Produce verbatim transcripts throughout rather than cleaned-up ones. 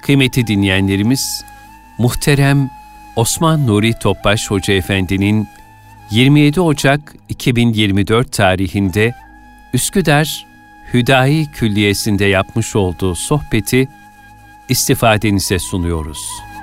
Kıymetli dinleyenlerimiz, muhterem Osman Nuri Topbaş Hoca Efendi'nin yirmi yedi Ocak iki bin yirmi dört tarihinde Üsküdar Hüdayi Külliyesi'nde yapmış olduğu sohbeti istifadenize sunuyoruz.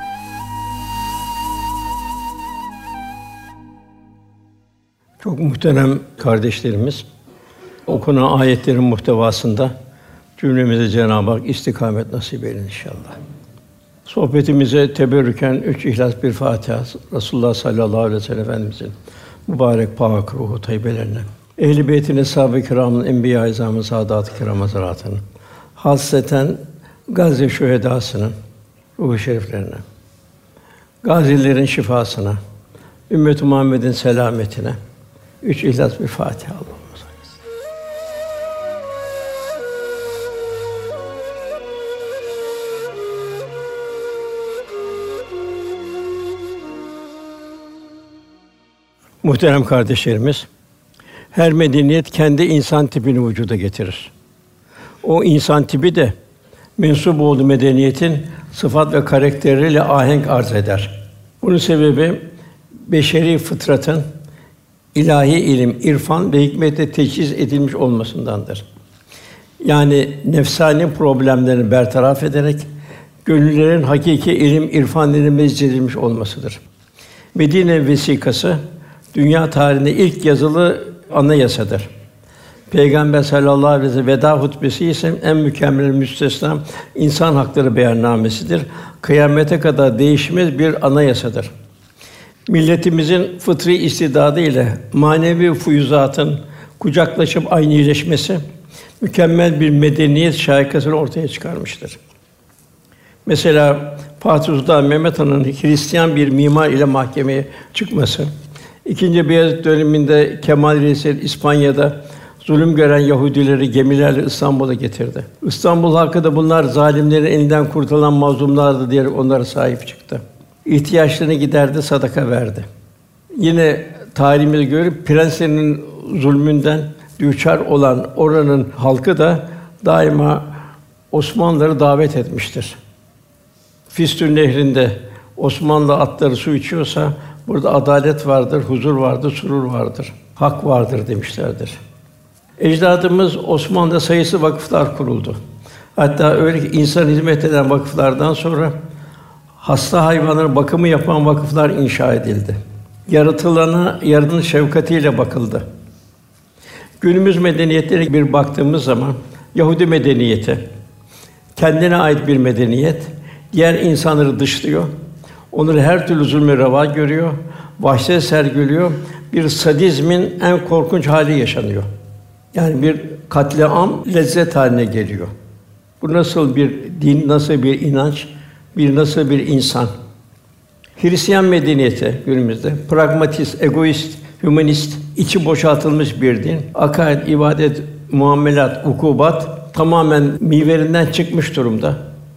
Çok muhterem kardeşlerimiz, okunan ayetlerin muhtevasında cümlemize Cenab-ı Hak istikamet nasip eylesin inşallah. Sohbetimize teberrüken üç İhlas bir Fatiha, Resulullah sallallahu aleyhi ve sellem Efendimizin mübarek pak ruhu tayyibelerine, Ehl-i Beyt'in eshâb-ı kirâmın, enbiya-i izâmın, sâdât-ı kirâm hazaratının, hasseten Gazze şühedâsının ruhu şeriflerine, gazilerin şifasına, ümmet-i Muhammed'in selametine üç İhlas bir Fatiha. Muhterem kardeşlerimiz, her medeniyet kendi insan tipini vücuda getirir. O insan tipi de mensup olduğu medeniyetin sıfat ve karakteriyle ahenk arz eder. Bunun sebebi beşeri fıtratın ilahi ilim, irfan ve hikmetle teçhiz edilmiş olmasındandır. Yani nefsani problemlerini bertaraf ederek gönüllerin hakiki ilim, irfanlarına mezcedilmiş olmasıdır. Medine vesikası dünya tarihinde ilk yazılı anayasadır. Peygamber sallallahu aleyhi ve sellem veda hutbesi ise en mükemmel, müstesna insan hakları beyannamesidir. Kıyamete kadar değişmez bir anayasadır. Milletimizin fıtri istidadı ile manevi fuyuzatın kucaklaşıp aynileşmesi mükemmel bir medeniyet şaikasını ortaya çıkarmıştır. Mesela Fatih Sultan Mehmet Han'ın Hristiyan bir mimar ile mahkemeye çıkması, İkinci Beyazıt döneminde Kemal Reis İspanya'da zulüm gören Yahudileri gemilerle İstanbul'a getirdi. İstanbul halkı da bunlar zalimlerin elinden kurtulan mazlumlardı diyerek onlara sahip çıktı. İhtiyaçlarını giderdi, sadaka verdi. Yine tarihimizde görüp prenslerinin zulmünden düçar olan oranın halkı da daima Osmanlıları davet etmiştir. Fistül Nehri'nde Osmanlı atları su içiyorsa burada adalet vardır, huzur vardır, surur vardır, hak vardır demişlerdir. Ecdadımız Osmanlı'da sayısız vakıflar kuruldu. Hatta öyle ki insan hizmet eden vakıflardan sonra hasta hayvanların bakımı yapan vakıflar inşa edildi. Yaratılana yaratılış şefkatiyle bakıldı. Günümüz medeniyetlere bir baktığımız zaman Yahudi medeniyeti kendine ait bir medeniyet, diğer insanları dışlıyor. Onları her türlü zulme reva görüyor, vahşet sergiliyor. Bir sadizmin en korkunç hali yaşanıyor. Yani bir katliam lezzet haline geliyor. Bu nasıl bir din, nasıl bir inanç, bir nasıl bir insan? Hristiyan medeniyeti günümüzde pragmatist, egoist, hümanist, içi boşaltılmış bir din. Akaid, ibadet, muamelat, ukubat tamamen mihverinden çıkmış durumda.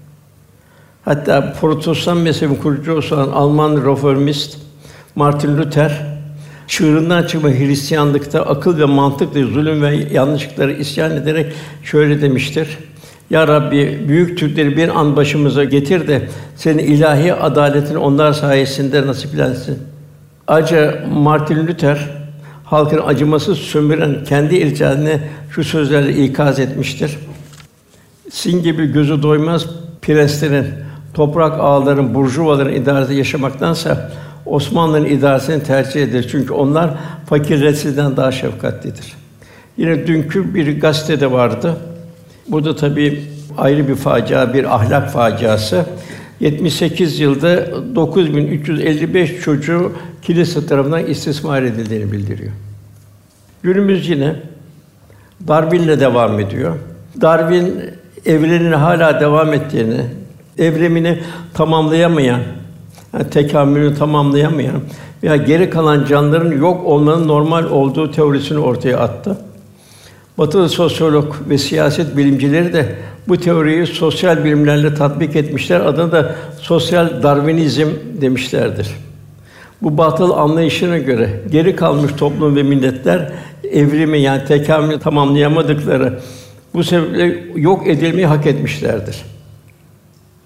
Hatta Protestan mezhebinin kurucusu olan Alman reformist Martin Luther, çığırından çıkma Hristiyanlıkta akıl ve mantıkla zulüm ve yanlışlıkları isyan ederek şöyle demiştir: Ya Rabbi, büyük Türkleri bir an başımıza getir de senin ilahi adaletini onlar sayesinde nasiplensin. Ayrıca Martin Luther halkın acımasız sömüren kendi irticaline şu sözlerle ikaz etmiştir: Sizin gibi gözü doymaz prenslerin, toprak ağaların, burjuvaların idaresinde yaşamaktansa Osmanlı'nın idaresini tercih eder. Çünkü onlar fakirler sizden daha şefkatlidir. Yine dünkü bir gazetede vardı. Bu da tabii ayrı bir facia, bir ahlak faciası. yetmiş sekiz yılda dokuz bin üç yüz elli beş çocuğu kilise tarafından istismar edildiğini bildiriyor. Günümüz yine Darwin'le devam ediyor. Darwin evrenin hala devam ettiğini, evrimini tamamlayamayan, yani tekamülünü tamamlayamayan veya geri kalan canlıların yok olmanın normal olduğu teorisini ortaya attı. Batılı sosyolog ve siyaset bilimcileri de bu teoriyi sosyal bilimlerle tatbik etmişler. Adına da sosyal Darwinizm demişlerdir. Bu batıl anlayışına göre geri kalmış toplum ve milletler evrimi yani tekamülü tamamlayamadıkları bu sebeple yok edilmeyi hak etmişlerdir.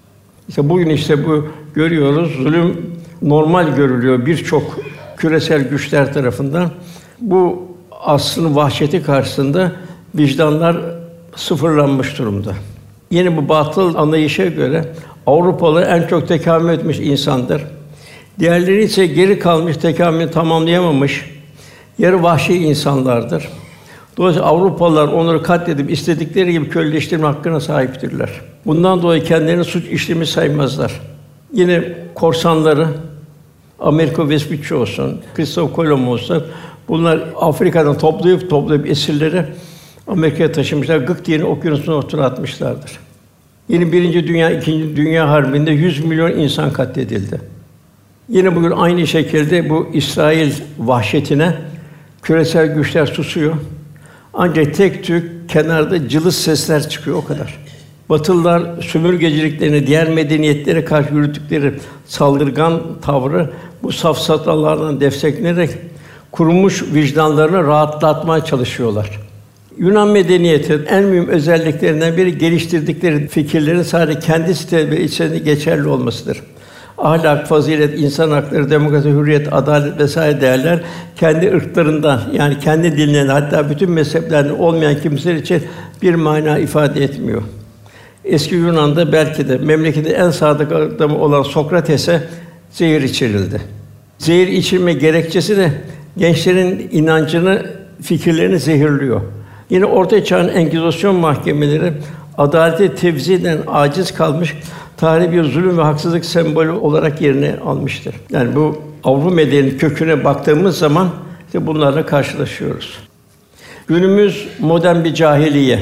İşte bugün işte bu görüyoruz, zulüm normal görülüyor birçok küresel güçler tarafından. Bu asrın vahşeti karşısında vicdanlar sıfırlanmış durumda. Yine bu batıl anlayışa göre Avrupalı en çok tekamül etmiş insandır. Diğerleri ise geri kalmış, tekamülü tamamlayamamış, yarı vahşi insanlardır. Dolayısıyla Avrupalılar onları katledip istedikleri gibi köleleştirme hakkına sahiptirler. Bundan dolayı kendilerini suç işlemiş saymazlar. Yine korsanları, Amerigo Vespucci olsun, Christopher Kolomb olsun, bunlar Afrika'dan toplayıp toplayıp esirleri Amerika'ya taşımışlar, Gık diye okyanusuna otura atmışlardır. Yine Birinci Dünya, İkinci Dünya Harbi'nde yüz milyon insan katledildi. Yine bugün aynı şekilde bu İsrail vahşetine küresel güçler susuyor. Ancak tek tük kenarda cılız sesler çıkıyor, o kadar. Batılılar sömürgeciliklerini, diğer medeniyetlere karşı yürüttükleri saldırgan tavrı bu safsatalardan desteklenerek kurumuş vicdanlarını rahatlatmaya çalışıyorlar. Yunan medeniyetinin en mühim özelliklerinden biri geliştirdikleri fikirlerin sadece kendi siteleri içerisinde geçerli olmasıdır. Ahlak, fazilet, insan hakları, demokrasi, hürriyet, adalet vesaire değerler kendi ırklarından, yani kendi dilinden, hatta bütün mezheplerden olmayan kimseler için bir mana ifade etmiyor. Eski Yunan'da belki de memleketin en sadık adamı olan Sokrates'e zehir içirildi. Zehir içirme gerekçesi de gençlerin inancını, fikirlerini zehirliyor. Yine Orta Çağ'ın Enkizisyon mahkemeleri adaleti tevziden aciz kalmış, tarihi bir zulüm ve haksızlık sembolü olarak yerini almıştır. Yani bu Avrupa medeniyetinin köküne baktığımız zaman işte bunlarla karşılaşıyoruz. Günümüz modern bir cahiliye.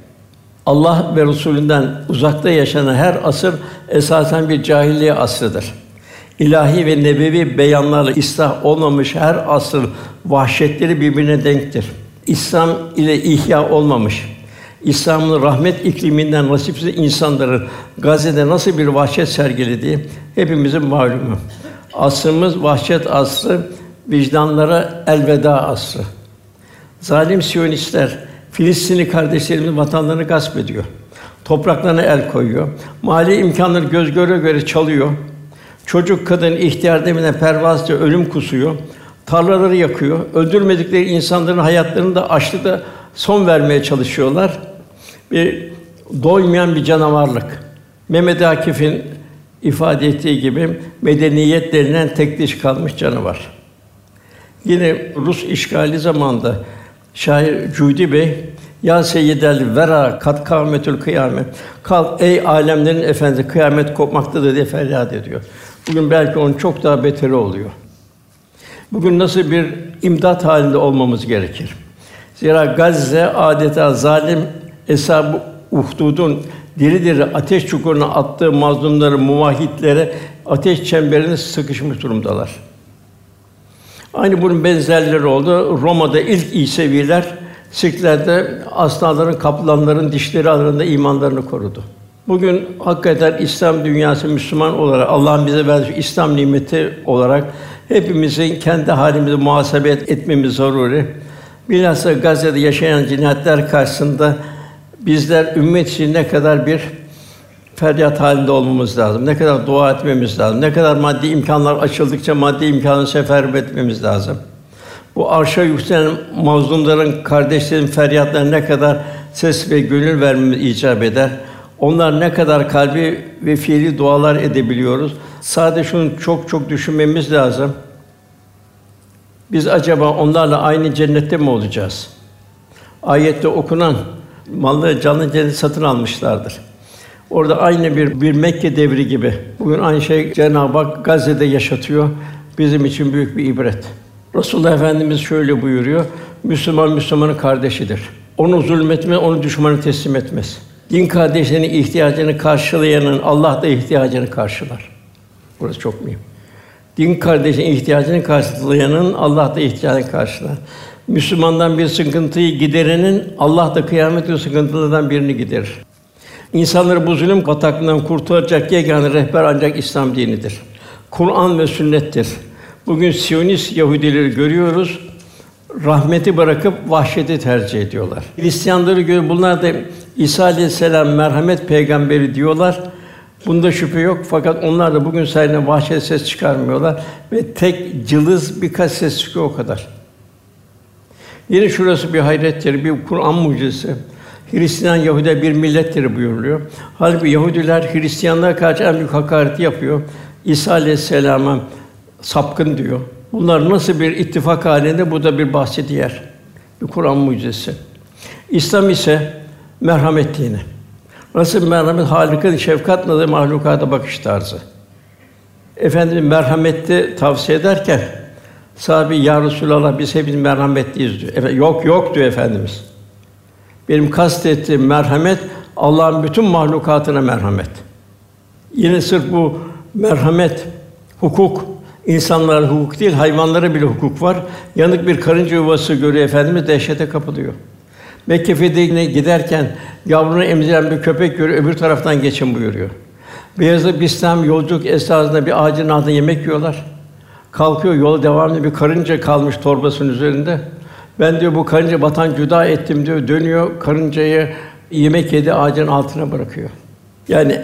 Allah ve Resulünden uzakta yaşanan her asır esasen bir cahiliye asrıdır. İlahi ve nebevi beyanlarla ıslah olmamış her asır vahşetleri birbirine denktir. İslam ile ihya olmamış, İslam'ın rahmet ikliminden nasipsiz insanların Gazze'de nasıl bir vahşet sergilediği hepimizin malumu. Asrımız vahşet asrı, vicdanlara elveda asrı. Zalim Siyonistler Filistinli kardeşlerimizin vatanlarını gasp ediyor. Topraklarına el koyuyor. Mali imkânları göz göre göre çalıyor. Çocuk, kadın, ihtiyar demeden pervasızca ölüm kusuyor. Tarlaları yakıyor. Öldürmedikleri insanların hayatlarını da açlıkla son vermeye çalışıyorlar. Bir doymayan bir canavarlık. Mehmet Akif'in ifade ettiği gibi medeniyet denilen tek diş kalmış canavar. Yine Rus işgali zamanında şair Cudi Bey, "Ya seyyidel vera kat kâmetül kıyamet." Kalk ey âlemlerin efendisi, kıyamet kopmaktadır diye feryat ediyor. Bugün belki onun çok daha beteri oluyor. Bugün nasıl bir imdat halinde olmamız gerekir? Zira Gazze adeta zalim eshab-ı uhdudun diri diri ateş çukuruna attığı mazlumları, muvahhidlere ateş çemberine sıkışmış durumdalar. Aynı bunun benzerleri oldu. Roma'da ilk İseviler sirklerde aslanların, kaplanların dişleri aralarında imanlarını korudu. Bugün hakikaten İslam dünyası Müslüman olarak Allah'ın bize verdiği İslam nimeti olarak hepimizin kendi halimizi muhasebe etmemiz zaruri. Bilhassa Gazze'de yaşayan cinayetler karşısında bizler ümmet için ne kadar bir feryat halinde olmamız lazım, ne kadar dua etmemiz lazım, ne kadar maddi imkânlar açıldıkça maddi imkânları seferber etmemiz lazım. Bu arşa yükselen mazlumların, kardeşlerin feryatlarına ne kadar ses ve gönül vermemiz icap eder. Onlar ne kadar kalbi ve fiili dualar edebiliyoruz. Sadece şunu çok çok düşünmemiz lazım. Biz acaba onlarla aynı cennette mi olacağız? Ayette okunan malları canlı cennet satın almışlardır. Orada aynı bir bir Mekke devri gibi. Bugün aynı şey Cenab-ı Hak Gazze'de yaşatıyor. Bizim için büyük bir ibret. Resulullah Efendimiz şöyle buyuruyor: Müslüman Müslümanın kardeşidir. Onu zulmetmez, onu düşmanı teslim etmez. Din kardeşlerinin ihtiyacını karşılayanın Allah da ihtiyacını karşılar. Burası çok mühim. Din kardeşinin ihtiyacını karşılayanın Allah da ihtiyacını karşılar. Müslümandan bir sıkıntıyı giderenin Allah da kıyamet günü sıkıntılardan birini giderir. İnsanları bu zulüm bataklığından kurtaracak yegâne rehber ancak İslam dinidir. Kur'an ve sünnettir. Bugün Siyonist Yahudileri görüyoruz. Rahmeti bırakıp vahşeti tercih ediyorlar. Hristiyanları görüyoruz. Bunlar da İsa Aleyhisselam merhamet peygamberi diyorlar. Bunda şüphe yok fakat onlar da bugün sayesinde vahşet ses çıkarmıyorlar ve tek cılız birkaç ses çıkıyor o kadar. Yine şurası bir hayrettir, bir Kur'an mucizesi. Hristiyan Yahudiler bir millettir buyuruluyor. Halbuki Yahudiler Hristiyanlara karşı en büyük hakareti yapıyor. İsa Aleyhisselam'a sapkın diyor. Bunlar nasıl bir ittifak halinde? Bu da bir bahsi diğer bir Kur'an mucizesi. İslam ise merhamet dini. Nasıl merhamet? Halik'in şefkat nazarı mahlukata bakış tarzı. Efendimiz merhametli tavsiye ederken sahabe ya Resulallah biz hepimiz merhametliyiz diyor. Efe, yok yok diyor Efendimiz. Benim kastettiğim merhamet Allah'ın bütün mahlukatına merhamet. Yine sırf bu merhamet, hukuk, insanlara hukuk değil, hayvanlara bile hukuk var. Yanık bir karınca yuvası görüyor Efendimiz, dehşete kapılıyor. Mekke fethine giderken yavrunu emziren bir köpek görüyor, öbür taraftan geçin buyuruyor. Beyazıt Bistam yolculuk esnasında bir ağacın altında yemek yiyorlar. Kalkıyor, yola devam ediyor. Bir karınca kalmış torbasının üzerinde. Ben diyor bu karınca vatan cüda ettim diyor. Dönüyor, karıncayı yemek yedi ağacın altına bırakıyor. Yani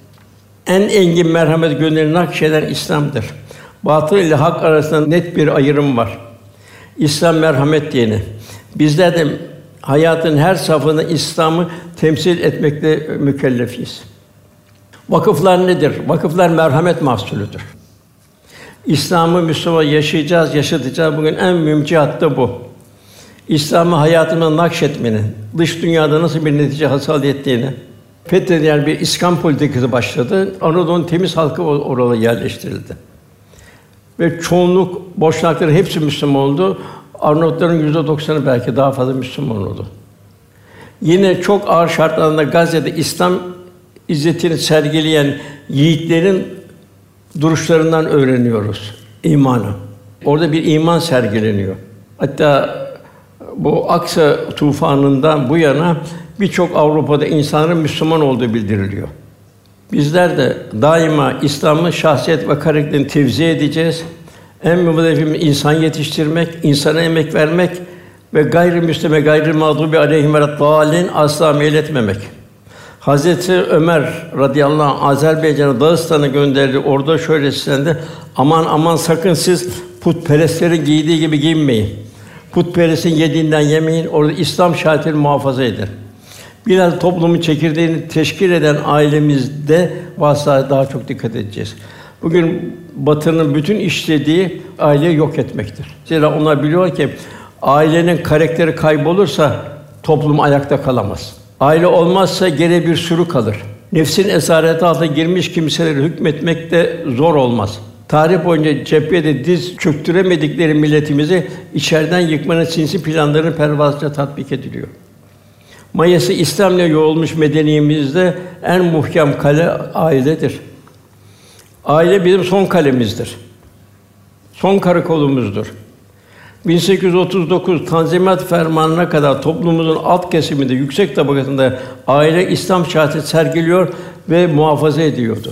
en engin merhamet gönlünü nakşeden İslam'dır. Batıl ile hak arasında net bir ayrım var. İslam merhamet dini. Bizler de hayatın her safhasında İslam'ı temsil etmekle mükellefiyiz. Vakıflar nedir? Vakıflar merhamet mahsulüdür. İslam'ı Müslüman yaşayacağız, yaşatacağız. Bugün en mühim cihat da bu. İslam'ı hayatımıza nakşetmenin, dış dünyada nasıl bir netice hasıl ettiğini, fethedilen bir İskan politikası başladı. Anadolu'nun temiz halkı oraya yerleştirildi. Ve çoğunluk Boşnakların hepsi Müslüman oldu. Arnavutların yüzde doksanı belki daha fazla Müslüman oldu. Yine çok ağır şartlarda Gazze'de İslam izzetini sergileyen yiğitlerin duruşlarından öğreniyoruz imanı. Orada bir iman sergileniyor. Hatta bu Aksa tufanından bu yana birçok Avrupa'da insanların Müslüman olduğu bildiriliyor. Bizler de daima İslam'ın şahsiyet ve karakterini tevzi edeceğiz. En mühim hedefimiz insan yetiştirmek, insana emek vermek ve gayrimüslime, gayrimağdubi aleyhim ve'd-dâlin asla meyletmemek. Hazreti Ömer radıyallahu anh Azerbaycan'a, Dağıstan'a gönderdi. Orada şöyle seslendi: aman aman sakın siz putperestlerin giydiği gibi giyinmeyin. Putperestin yediğinden yemeyin. Orada İslam şairleri muhafaza edin. Biraz toplumun çekirdeğini teşkil eden ailemizde vasıta daha çok dikkat edeceğiz. Bugün Batı'nın bütün işlediği aileyi yok etmektir. Zira onlar biliyor ki ailenin karakteri kaybolursa toplum ayakta kalamaz. Aile olmazsa geriye bir sürü kalır. Nefsin esareti altına girmiş kimseleri hükmetmek de zor olmaz. Tarih boyunca cephede diz çöktüremedikleri milletimizi içeriden yıkmanın sinsi planlarını pervasızca tatbik ediliyor. Mayası İslam'la yoğrulmuş medeniyemizde en muhkem kale ailedir. Aile bizim son kalemizdir. Son karakolumuzdur. bin sekiz yüz otuz dokuz Tanzimat Fermanı'na kadar toplumumuzun alt kesiminde, yüksek tabakasında aile İslam şahsiyeti sergiliyor ve muhafaza ediyordu.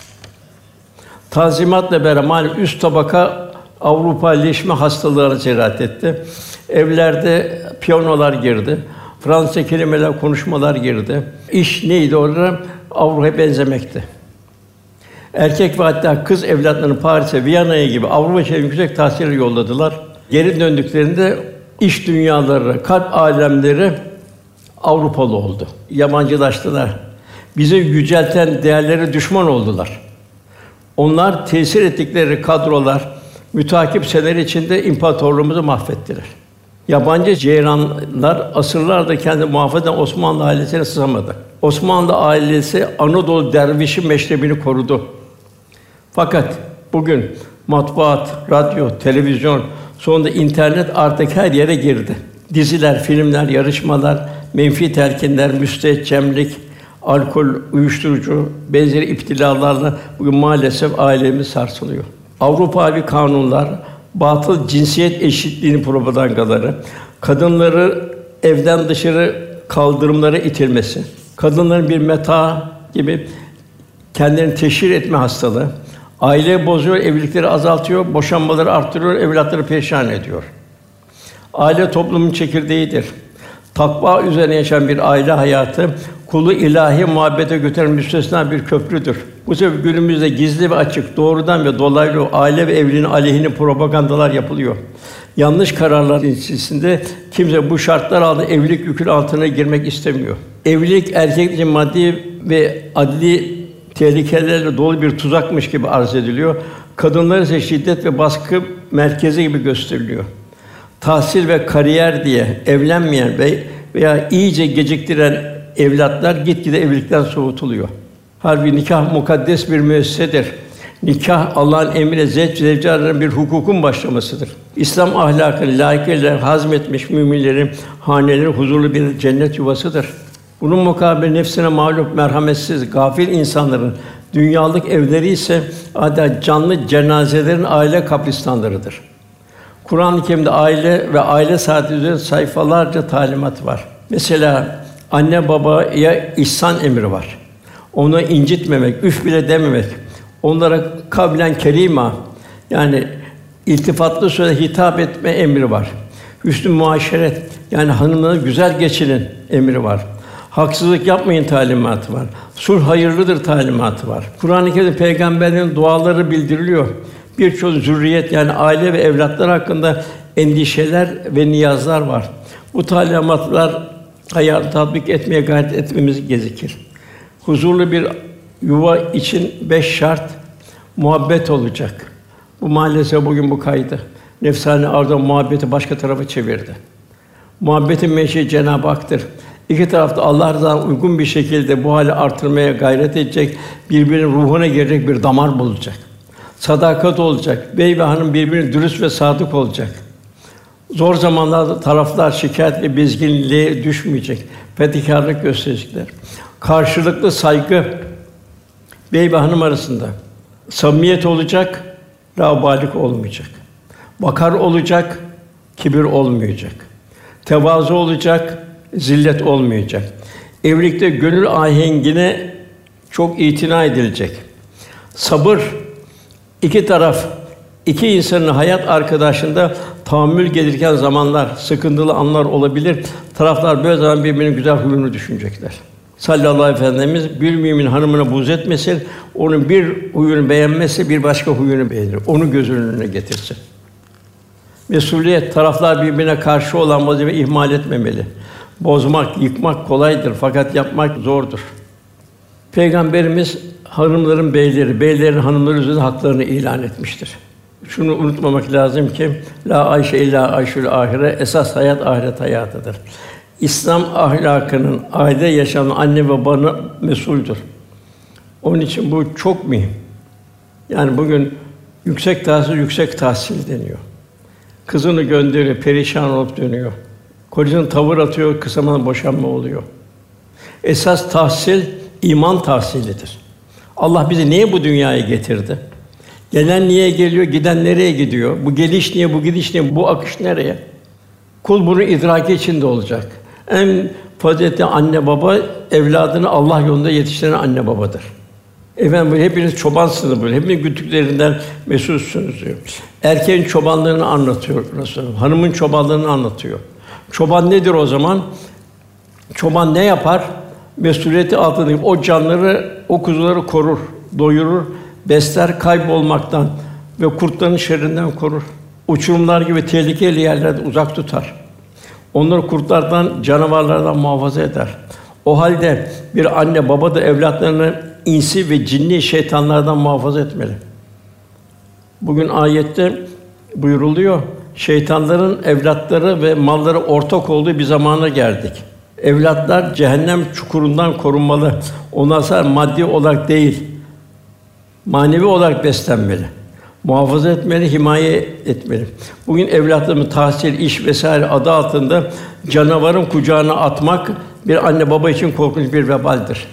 Tanzimatla beraber malum üst tabaka Avrupaleşme hastalığı cereyan etti. Evlerde piyanolar girdi. Fransızca kelimeler, konuşmalar girdi. İş neydi orada? Avrupa'ya benzemekti. Erkek ve hatta kız evlatlarını Paris'e, Viyana'ya gibi Avrupa şehrine yüksek tahsile yolladılar. Geri döndüklerinde iş dünyaları, kalp âlemleri Avrupalı oldu. Yabancılaştılar. Bizi yücelten değerlere düşman oldular. Onlar tesir ettikleri kadrolar, müteakip seneler içinde imparatorluğumuzu mahvettiler. Yabancı ceyranlar asırlardır kendi muhafaza eden Osmanlı ailesine sızamadı. Osmanlı ailesi Anadolu dervişi meşrebini korudu. Fakat bugün matbuat, radyo, televizyon, sonunda internet artık her yere girdi. Diziler, filmler, yarışmalar, menfi telkinler, müstehcemlik, alkol, uyuşturucu, benzeri iptilalarla bugün maalesef ailemiz sarsılıyor. Avrupavi kanunlar, batıl cinsiyet eşitliğinin propagandaları, kadınları evden dışarı kaldırımlara itilmesi, kadınların bir meta gibi kendilerini teşhir etme hastalığı, aile bozuyor, evlilikleri azaltıyor, boşanmaları arttırıyor, evlatları perişan ediyor. Aile toplumun çekirdeğidir. Takva üzerine yaşayan bir aile hayatı kulu ilahi muhabbete götüren müstesna bir köprüdür. Bu sebeple günümüzde gizli ve açık, doğrudan ve dolaylı aile ve evliliğin aleyhine propagandalar yapılıyor. Yanlış kararlar neticesinde kimse bu şartlar altında evlilik yükünün altına girmek istemiyor. Evlilik erkek için maddi ve adli tehlikelerle dolu bir tuzakmış gibi arz ediliyor. Kadınlar ise şiddet ve baskı merkezi gibi gösteriliyor. Tahsil ve kariyer diye evlenmeyen ve veya iyice geciktiren evlatlar gitgide evlilikten soğutuluyor. Halbuki nikah mukaddes bir müessesedir. Nikah Allah'ın emriyle zevc zevce arasında bir hukukun başlamasıdır. İslam ahlakını layıkıyla hazmetmiş müminlerin haneleri huzurlu bir cennet yuvasıdır. Bunun mukabil nefsine mağlup, merhametsiz, gafil insanların dünyalık evleri ise adeta canlı cenazelerin aile kabristanlarıdır. Kur'an-ı Kerim'de aile ve aile saati üzerinde sayfalarca talimat var. Mesela anne babaya ihsan emri var. Onu incitmemek, üf bile dememek. Onlara kavlen kerîmâ, yani iltifatlı sözle hitap etme emri var. Hüsnü muaşeret, yani hanımlara güzel geçinin emri var. Haksızlık yapmayın talimatı var. Sulh hayırlıdır talimatı var. Kur'an-ı Kerim'de peygamberlerin duaları bildiriliyor. Birçok zürriyet, yani aile ve evlatlar hakkında endişeler ve niyazlar var. Bu talimatlar hayata tatbik etmeye gayret etmemiz gerekir. Huzurlu bir yuva için beş şart muhabbet olacak. Bu maalesef bugün bu kaydı. Nefsani arzu muhabbeti başka tarafa çevirdi. Muhabbetin menşei Cenab-ı Hak'tır. İki taraf da Allah rızasına uygun bir şekilde bu hali artırmaya gayret edecek, birbirinin ruhuna girecek bir damar bulacak. Sadakat olacak. Bey ve hanım birbirine dürüst ve sadık olacak. Zor zamanlarda taraflar şikayet ve bezginliğe düşmeyecek. Fedakârlık gösterecekler. Karşılıklı saygı bey ve hanım arasında. Samimiyet olacak, laubalilik olmayacak. Vakar olacak, kibir olmayacak. Tevazu olacak, zillet olmayacak. Evlilikte gönül ahengine çok itina edilecek. Sabır, iki taraf, iki insanın hayat arkadaşında tahammül gelirken zamanlar, sıkıntılı anlar olabilir. Taraflar böyle zaman birbirinin güzel huyunu düşünecekler. Sallallahu aleyhi ve Efendimiz bir mümin hanımına buğz etmesin, onun bir huyunu beğenmezse bir başka huyunu beğenir. Onu gözünün önüne getirsin. Mesuliyet, taraflar birbirine karşı olan vazifeyi ihmal etmemeli. Bozmak, yıkmak kolaydır fakat yapmak zordur. Peygamberimiz hanımların beyleri, beylerin hanımları üzerinde haklarını ilan etmiştir. Şunu unutmamak lazım ki la ayşe illa ayşül ahire, esas hayat ahiret hayatıdır. İslam ahlakının aile yaşamı anne ve baba mesuldür. Onun için bu çok mühim. Yani bugün yüksek tahsil, yüksek tahsil deniyor. Kızını gönderiyor, perişan olup dönüyor. Kocasına tavır atıyor, kısa zamanda boşanma oluyor. Esas tahsil iman tahsilidir. Allah bizi niye bu dünyaya getirdi? Gelen niye geliyor, giden nereye gidiyor? Bu geliş niye, bu gidiş niye, bu akış nereye? Kul bunu idraki içinde olacak. En faziletli anne baba evladını Allah yolunda yetiştiren anne babadır. Efendim hepiniz çobansınız böyle. Hepiniz güttüklerinden mesulsünüz diyor. Erkeğin çobanlığını anlatıyor Resulullah. Hanımın çobanlığını anlatıyor. Çoban nedir o zaman? Çoban ne yapar? Mesuliyeti altında o canları, o kuzuları korur, doyurur, besler, kaybolmaktan ve kurtların şerrinden korur. Uçurumlar gibi tehlikeli yerlerden uzak tutar. Onları kurtlardan, canavarlardan muhafaza eder. O halde bir anne baba da evlatlarını insi ve cinni şeytanlardan muhafaza etmeli. Bugün ayette buyuruluyor, şeytanların evlatları ve malları ortak olduğu bir zamana geldik. Evlatlar cehennem çukurundan korunmalı. Onlar sadece maddi olarak değil, manevi olarak beslenmeli. Muhafaza etmeli, himaye etmeli. Bugün evlatlarımı tahsil, iş vesaire adı altında canavarın kucağına atmak bir anne baba için korkunç bir vebaldir.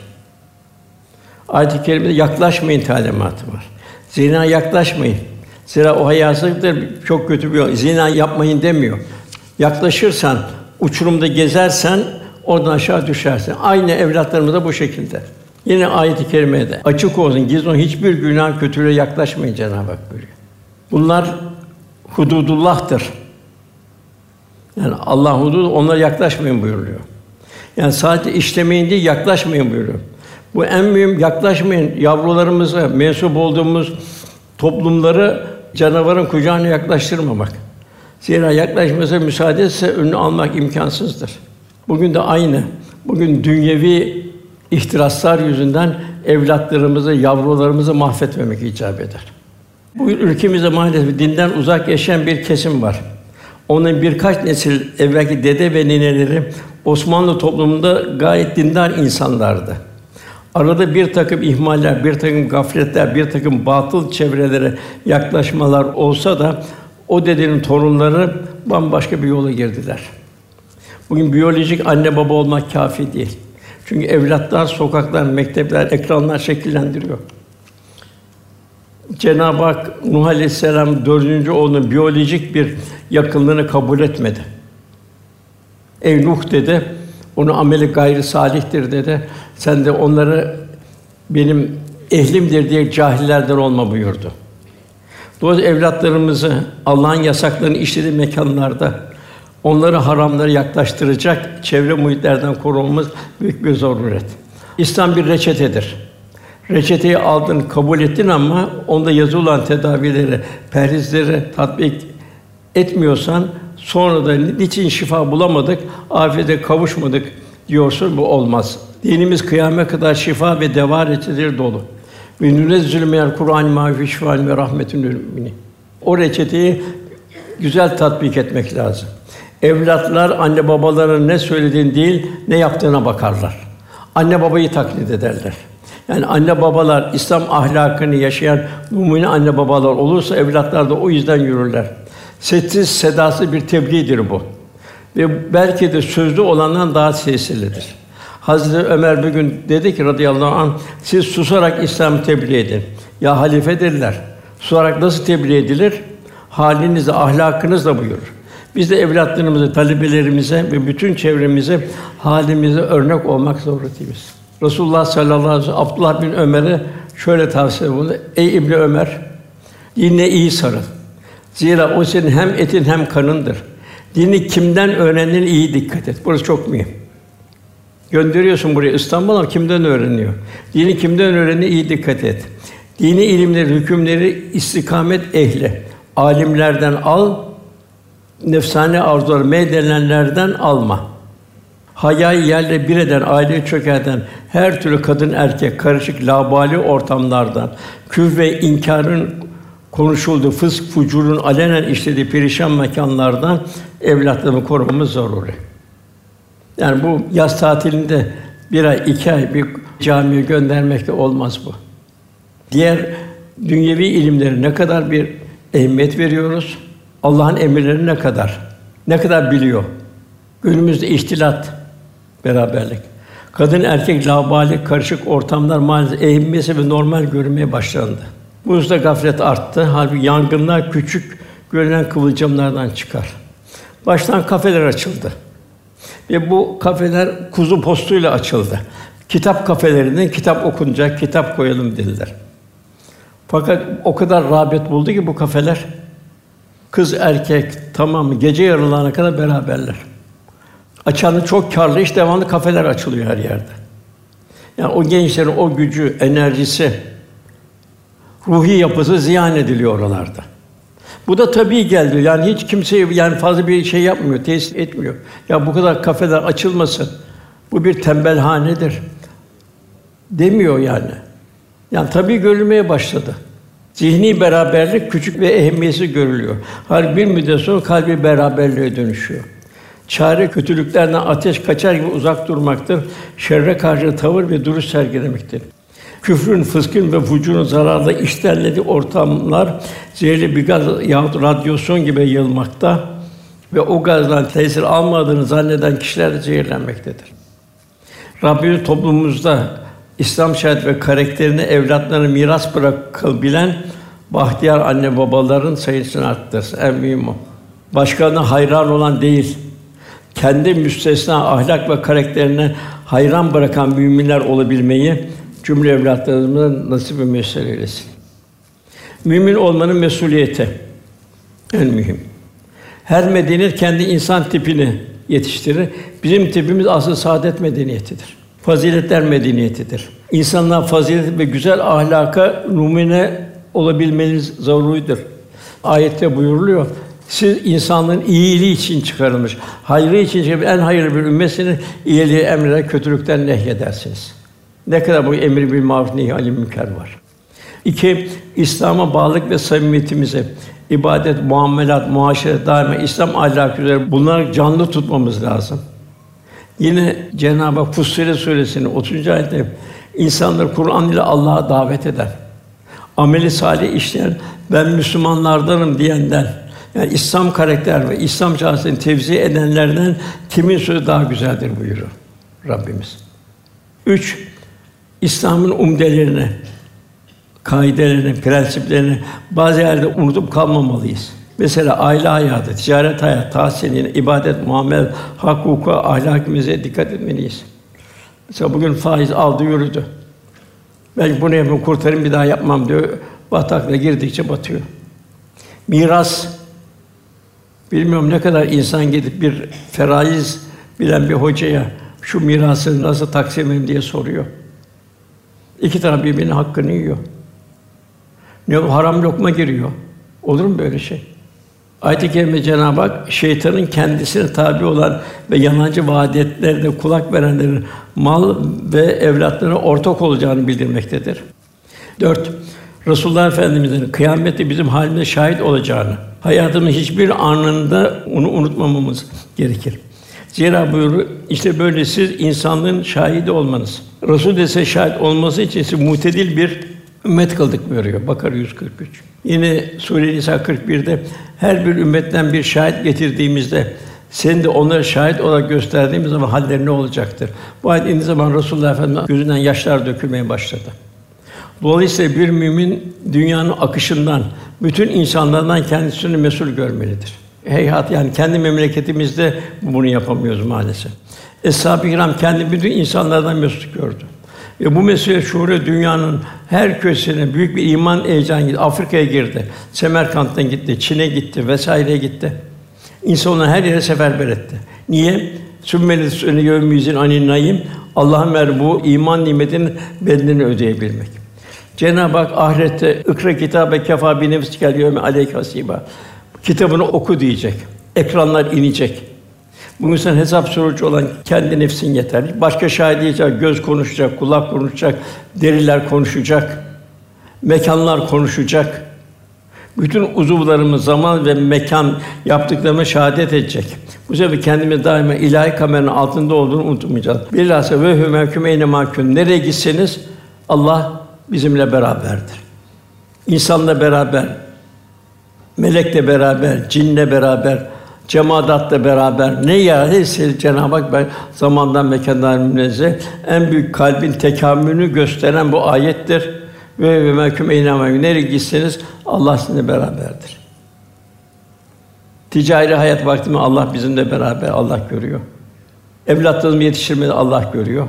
Ayet-i kerimede yaklaşmayın talimatı var. Zina yaklaşmayın. Zira o hayasızlıktır, çok kötü bir yol. Zina yapmayın demiyor. Yaklaşırsan, uçurumda gezersen oradan aşağı düşersin. Aynı evlatlarımız da bu şekilde. Yine ayet-i kerimede açık olsun, gizli olsun, hiçbir günah kötülüğe yaklaşmayın Cenab-ı Hak buyuruyor. Bunlar hududullah'tır. Yani Allah hududu, onlara yaklaşmayın buyuruluyor. Yani sadece işlemeyin değil, yaklaşmayın buyuruyor. Bu en mühim, yaklaşmayın. Yavrularımıza, mensup olduğumuz toplumları canavarın kucağına yaklaştırmamak. Zira yaklaşmasına müsaade etse önünü almak imkânsızdır. Bugün de aynı. Bugün dünyevi ihtiraslar yüzünden evlatlarımızı, yavrularımızı mahvetmemek icap eder. Bugün ülkemizde maalesef dinden uzak yaşayan bir kesim var. Onun birkaç nesil evvelki dede ve nineleri Osmanlı toplumunda gayet dindar insanlardı. Arada bir takım ihmaller, bir takım gafletler, bir takım batıl çevrelere yaklaşmalar olsa da o dedenin torunları bambaşka bir yola girdiler. Bugün biyolojik anne baba olmak kâfi değil. Çünkü evlatlar, sokaklar, mektepler, ekranlar şekillendiriyor. Cenab-ı Hak Nuh Aleyhisselam dördüncü oğlunun biyolojik bir yakınlığını kabul etmedi. Ey Nuh dedi, onun ameli gayri salihtir dedi. Sen de onları benim ehlimdir diye cahillerden olma buyurdu. Dolayısıyla evlatlarımızı Allah'ın yasaklarını işlediği mekanlarda onları haramlara yaklaştıracak çevre muhitlerden korunmamız büyük bir zaruret. İslam bir reçetedir. Reçeteyi aldın, kabul ettin ama onda yazılı olan tedavileri, perhizleri tatbik etmiyorsan sonra da niçin şifa bulamadık, afiyete kavuşmadık diyorsun, bu olmaz. Dinimiz kıyamete kadar şifa ve deva reçeteleri dolu. Ve nünezzilü minel Kur'an mâ fî şifâun ve rahmetun lil müminin. O reçeteyi güzel tatbik etmek lazım. Evlatlar anne babaların ne söylediğini değil, ne yaptığına bakarlar. Anne babayı taklit ederler. Yani anne babalar İslam ahlakını yaşayan mümin anne babalar olursa evlatlar da o yüzden yürürler. Sessiz sedasız bir tebliğdir bu. Ve belki de sözlü olandan daha tesirlidir. Hazreti Ömer bir gün dedi ki radıyallahu anh, siz susarak İslam'ı tebliğ edin. Ya halifedirler. Susarak nasıl tebliğ edilir? Halinizle, ahlakınızla buyurur. Biz de evlatlarımıza, talebelerimize ve bütün çevremize halimize örnek olmak zorundayız. Resulullah sallallahu aleyhi ve sellem Abdullah bin Ömer'e şöyle tavsiye bulundu. Ey İbni Ömer, dinle iyi sarıl. Zira o senin hem etin hem kanındır. Dini kimden öğrendiğine iyi dikkat et. Burası çok mühim. Gönderiyorsun buraya İstanbul'a ama kimden öğreniyor? Dini kimden öğrendiğine iyi dikkat et. Dini ilimleri, hükümleri istikamet ehli, alimlerden al, nefsane arzuları meydedenlerden alma. Hayayı yerle bir eden, aileyi çökerten her türlü kadın erkek karışık labali ortamlardan, küfür ve inkârın konuşulduğu, fısk fucurun alenen işlediği perişan mekanlardan evlatlarını korumamız zaruri. Yani bu yaz tatilinde bir ay, iki ay bir camiye göndermekle olmaz bu. Diğer dünyevi ilimlere ne kadar bir ehemmiyet veriyoruz? Allah'ın emirlerini ne kadar, ne kadar biliyor? Günümüzde ihtilat, beraberlik. Kadın erkek laubali karışık ortamlar maalesef ehemmiyeti ve normal görünmeye başlandı. Bu yüzden gaflet arttı. Halbuki yangınlar küçük görünen kıvılcımlardan çıkar. Baştan kafeler açıldı. Ve bu kafeler kuzu postuyla açıldı. Kitap kafelerinden kitap okunacak, kitap koyalım dediler. Fakat o kadar rağbet buldu ki bu kafeler, kız erkek tamamı gece yarılarına kadar beraberler. Açanı çok kârlı iş, devamlı kafeler açılıyor her yerde. Yani o gençlerin o gücü, enerjisi, ruhi yapısı ziyan ediliyor oralarda. Bu da tabii geldi. Yani hiç kimse yani fazla bir şey yapmıyor, tesis etmiyor. Ya bu kadar kafeler açılmasın. Bu bir tembelhanedir demiyor yani. Yani tabii görülmeye başladı. Zihni beraberlik küçük ve ehemmiyetsiz görülüyor. Halbuki bir müddet sonra kalbi beraberliğe dönüşüyor. Çare kötülüklerden ateş kaçar gibi uzak durmaktır. Şerre karşı tavır ve duruş sergilemektir. Küfrün, fıskın ve fucurun zararlı işlerlediği ortamlar zehirli bir gaz yahut radyasyon gibi yayılmakta ve o gazdan tesir almadığını zanneden kişiler de zehirlenmektedir. Rabbimiz toplumumuzda İslam şeriat ve karakterini evlatlarına miras bırakabilen bahtiyar anne babaların sayısını arttırsın. En mühim o. Başkalarına hayran olan değil, kendi müstesna ahlak ve karakterine hayran bırakan müminler olabilmeyi cümle evlatlarımıza nasip ve müyesser eylesin. Mümin olmanın mesuliyeti en mühim. Her medeniyet kendi insan tipini yetiştirir. Bizim tipimiz asıl saadet medeniyetidir. Faziletler medeniyetidir. İnsanlar fazilet ve güzel ahlaka numune olabilmeniz zaruridir. Ayette buyuruluyor. Siz insanlığın iyiliği için çıkarılmış, hayrı için çıkarılmış, en hayırlı bir ümmetsiniz. İyiliği emreder, kötülükten nehyedersiniz. Ne kadar bu emir bil maruf nehy anil münker var. İki, İslam'a bağlılık ve samimiyetimizi, ibadet, muamelat, muaşeret, daima İslam ahlakı üzere bunları canlı tutmamız lazım. Yine Cenab-ı Hak Fussilet Sûresi'nin otuzuncu ayette insanları Kur'an ile Allah'a davet eden, ameli salih işleyen, ben Müslümanlardanım diyenden, yani İslam karakter ve İslam şahsiyetini tevzi edenlerden kimin sözü daha güzeldir buyuruyor Rabbimiz. Üç, İslam'ın umdelerini, kaidelerini, prensiplerini bazı yerde unutup kalmamalıyız. Mesela aile hayatı, ticaret hayatı, tahsilin, ibadet, muamele, hak, hukuka, ahlakimize dikkat etmeliyiz. Mesela bugün faiz aldı yürüdü. Belki bunu yapayım, kurtarayım, bir daha yapmam diyor. Bataklığa girdikçe batıyor. Miras, bilmiyorum ne kadar insan gidip bir feraiz bilen bir hocaya şu mirası nasıl taksim edeyim diye soruyor. İki taraf birbirinin hakkını yiyor. Ne haram lokma giriyor. Olur mu böyle şey? Ayet-i kerime Cenab-ı Hak şeytanın kendisine tabi olan ve yalancı vaadetlerine kulak verenlerin mal ve evlatlarına ortak olacağını bildirmektedir. Dört, Resulullah Efendimiz'in kıyamette bizim halimize şahit olacağını, hayatımızın hiçbir anında onu unutmamamız gerekir. Zira buyuruyor, işte böyle siz insanlığın şahidi olmanız. Resul de size şahit olması için sizi mutedil bir ümmet kıldık buyuruyor. Bakara yüz kırk üç. Yine Sûre-i Nisa kırk birde her bir ümmetten bir şahit getirdiğimizde seni de onlara şahit olarak gösterdiğimiz zaman halleri ne olacaktır? Bu ayet indiği zaman Resulullah Efendimiz gözünden yaşlar dökülmeye başladı. Dolayısıyla bir mümin dünyanın akışından, bütün insanlardan kendisini mesul görmelidir. Heyhat, yani kendi memleketimizde bunu yapamıyoruz maalesef. Eshab-ı Kiram kendi bütün insanlardan mesul gördü. Ve bu mesele şuuru dünyanın her köşesine büyük bir iman heyecanı gitti. Afrika'ya girdi, Semerkant'tan gitti, Çin'e gitti vesaireye gitti. İnsanları her yere seferber etti. Niye? Sümmeli öyle yevmizin anin naim. Allah'ın ver bu iman nimetinin bedelini ödeyebilmek. Cenab-ı Hak ahirette ikra kitabe kefa bi nefsikel yevme aleyke hasiba. Kitabını oku diyecek. Ekranlar inecek. Bugün sen hesap sorucu olan kendi nefsin yeter. Başka şahit diyecek, göz konuşacak, kulak konuşacak, deriler konuşacak, mekanlar konuşacak. Bütün uzuvlarımız zaman ve mekan yaptıklarına şahadet edecek. Bu sefer kendimiz daima ilahi kameranın altında olduğunu unutmayacağız. Bilhassa ve hü mevkûm eyne mâkûn. Nereye gitseniz Allah bizimle beraberdir. İnsanla beraber, melekle beraber, cinle beraber, cemaatla beraber, ne yararıysa Cenab-ı Hak ben zamandan mekandan münezzeh, en büyük kalbin tekamülünü gösteren bu ayettir. Ve ve mevkûm eyne mâkûn. Nereye gitseniz Allah sizinle beraberdir. Ticari hayat vaktimi Allah bizimle beraber, Allah görüyor. Evlatlarımı yetiştirmede Allah görüyor.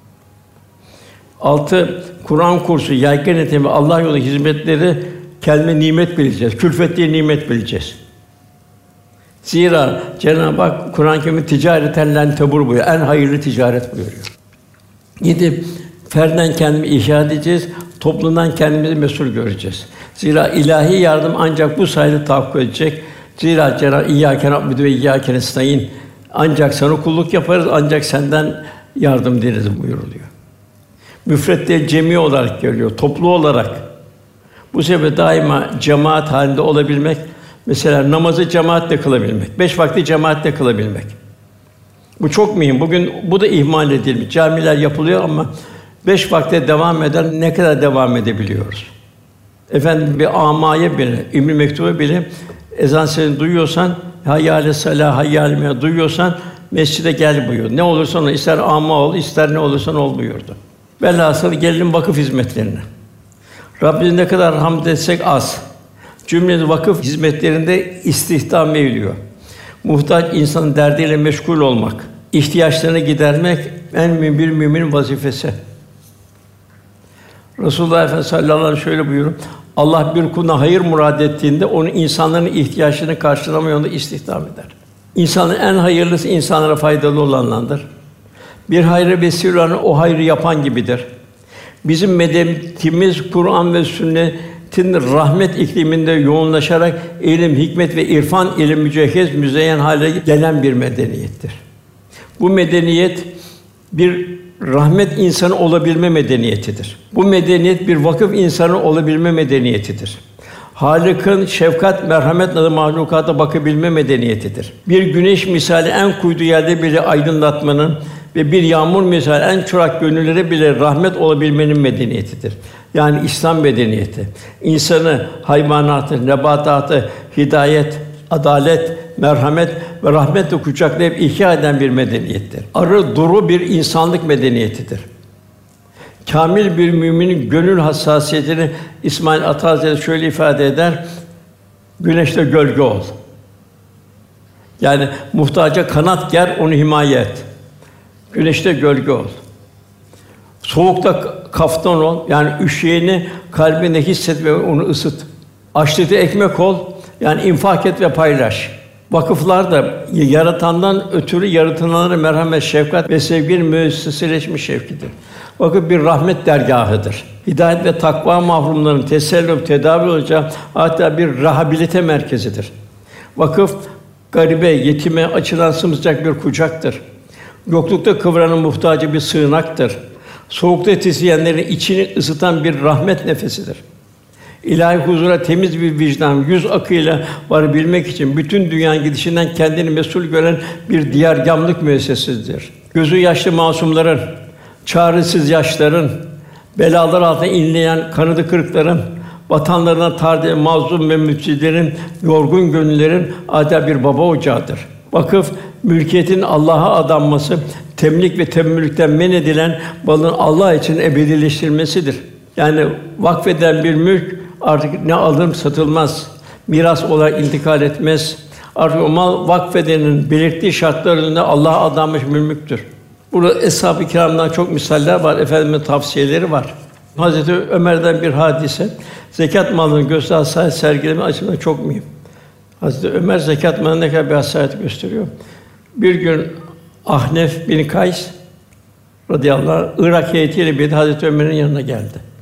Altı, Kur'an kursu, yaygın eğitimi, Allah yolunda hizmetleri kelime nimet bileceğiz. Külfet diye nimet bileceğiz. Zira Cenab-ı Hak Kur'an-ı Kerim'de ticareten len tebur buyuruyor. En hayırlı ticaret buyuruyor. Yedi, ferden kendimi ihya edeceğiz, toplumdan kendimizi mesul göreceğiz. Zira ilahi yardım ancak bu sayede tahakkuk edecek. Zira Cenab-ı İyyâke na'budu ve İyyâke nestaîn. Ancak sana kulluk yaparız, ancak senden yardım dileriz buyuruluyor. Müfret değil, cemi olarak geliyor, toplu olarak. Bu sebeple daima cemaat halinde olabilmek, mesela namazı cemaatle kılabilmek, beş vakti cemaatle kılabilmek. Bu çok mühim. Bugün bu da ihmal edilmiş. Camiler yapılıyor ama beş vakte devam eden ne kadar devam edebiliyoruz? Efendim bir amaya bile, İbn Mektub'a bile ezan sesini duyuyorsan hayy âle salâh, hayy âle mehâ duyuyorsan mescide gel buyuyor. Ne olursan ol, ister ama ol, ister ne olursan ol buyurdu. Velhasıl gelelim vakıf hizmetlerine. Rabbimize ne kadar hamd etsek az. Cümlemiz vakıf hizmetlerinde istihdam ediliyor. Muhtaç insanın derdiyle meşgul olmak, ihtiyaçlarını gidermek en mühim bir müminin vazifesi. Resulullah Efendimiz sallallahu aleyhi ve sellem şöyle buyuruyor: Allah bir kuluna hayır murad ettiğinde onu insanların ihtiyaçlarını karşılama yolunda istihdam eder. İnsanın en hayırlısı insanlara faydalı olanlardır. Bir hayra vesile olan o hayrı yapan gibidir. Bizim medeniyetimiz Kur'an ve sünnetin rahmet ikliminde yoğunlaşarak ilim, hikmet ve irfan ile mücehhez, müzeyyen hale gelen bir medeniyettir. Bu medeniyet bir rahmet insanı olabilme medeniyetidir. Bu medeniyet bir vakıf insanı olabilme medeniyetidir. Halık'ın şefkat, merhamet adlı mahlukata bakabilme medeniyetidir. Bir güneş misali en kuytu yerde bile aydınlatmanın ve bir yağmur misali en çorak gönüllere bile rahmet olabilmenin medeniyetidir. Yani İslam medeniyeti, insanı, hayvanatı, nebatatı, hidayet, adalet, merhamet ve rahmetle kucaklayıp ihya eden bir medeniyettir. Arı duru bir insanlık medeniyetidir. Kâmil bir müminin gönül hassasiyetini İsmail Ata Hazretleri şöyle ifade eder: güneşte gölge ol. Yani muhtaca kanat ger, onu himaye et. Güneşte gölge ol. Soğukta kaftan ol. Yani üşüyeni kalbinde hisset ve onu ısıt. Açlıkta ekmek ol. Yani infak et ve paylaş. Vakıflar da yaratandan ötürü yaratılanlara merhamet, şefkat ve sevginin müesseseleşmiş şevkidir. Vakıf bir rahmet dergâhıdır. Hidayet ve takva mahrumlarının tesellü, tedavi olacağı hatta bir rehabilite merkezidir. Vakıf garibe, yetime açılan sımsıcak bir kucaktır. Yoklukta kıvranan muhtacı bir sığınaktır. Soğukta titreyenlerin içini ısıtan bir rahmet nefesidir. İlahi huzura temiz bir vicdan, yüz akıyla varabilmek için bütün dünyanın gidişinden kendini mesul gören bir diyargâmlık müessesesidir. Gözü yaşlı masumların, çaresiz yaşların, belalar altında inleyen kanadı kırıkların, vatanlarına tard eden mazlum ve müfsidlerin, yorgun gönüllerin adeta bir baba ocağıdır. Vakıf, mülkiyetin Allah'a adanması, temlik ve temmülükten men edilen malın Allah için ebedileştirilmesidir. Yani vakfedilen bir mülk artık ne alınıp satılmaz, miras olarak intikal etmez. Artık o mal vakfedenin belirttiği şartlar önünde Allah'a adanmış mülktür. Burada Eshab-ı Kirâm'dan çok misaller var, Efendimiz'in tavsiyeleri var. Hazreti Ömer'den bir hadise, zekat malını göster hassasiyet sergileme açısından çok mühim. Hazreti Ömer zekat malına ne kadar bir hassasiyet gösteriyor. Bir gün Ahnef bin Kays radıyallahu anh Irak heyetiyle birlikte Hazreti Ömer'in yanına geldi.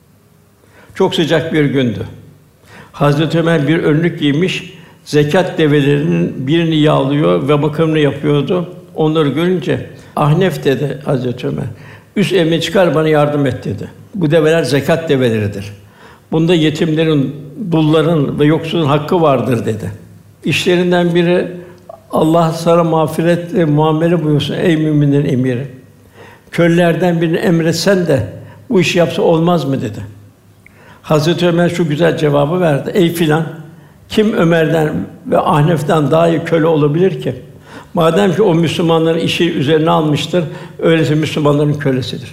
Çok sıcak bir gündü. Hazreti Ömer bir önlük giymiş, zekat develerinin birini yağlıyor ve bakımını yapıyordu. Onları görünce Ahnef dedi Hazreti Ömer, üst evime çıkar bana yardım et dedi. Bu develer zekat develeridir. Bunda yetimlerin, dulların ve yoksulun hakkı vardır dedi. İşlerinden biri Allah sana mağfiretle muamele buyursun ey müminlerin emiri. Kölelerden birini emretsen de bu işi yapsa olmaz mı dedi. Hazreti Ömer şu güzel cevabı verdi. Ey filan, kim Ömer'den ve Ahnef'ten daha iyi köle olabilir ki? Madem ki o Müslümanların işi üzerine almıştır, öyleyse Müslümanların kölesidir.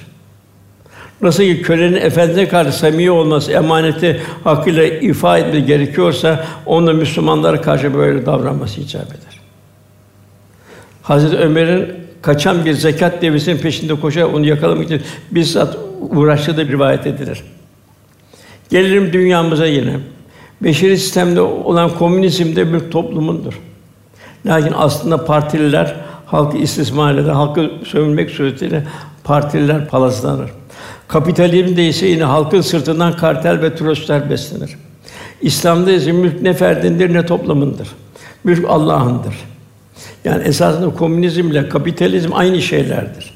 Nasıl ki kölenin efendine karşı samimi olması, emaneti hakkıyla ifa etmesi gerekiyorsa, onun da Müslümanlara karşı böyle davranması icap eder. Hazreti Ömer'in kaçan bir zekat devesinin peşinde koşarak onu yakalamak için bizzat uğraştığı da rivayet edilir. Gelelim dünyamıza yine. Beşeri sistemde olan komünizm de bir toplumundur. Lakin aslında partililer halkı istismar eder, halkı sömürmek suretiyle partililer palazlanır. Kapitalizmde ise yine halkın sırtından kartel ve tröstler beslenir. İslam'da ise mülk ne ferdindir ne toplumundur. Mülk Allah'ındır. Yani esasında komünizmle kapitalizm aynı şeylerdir.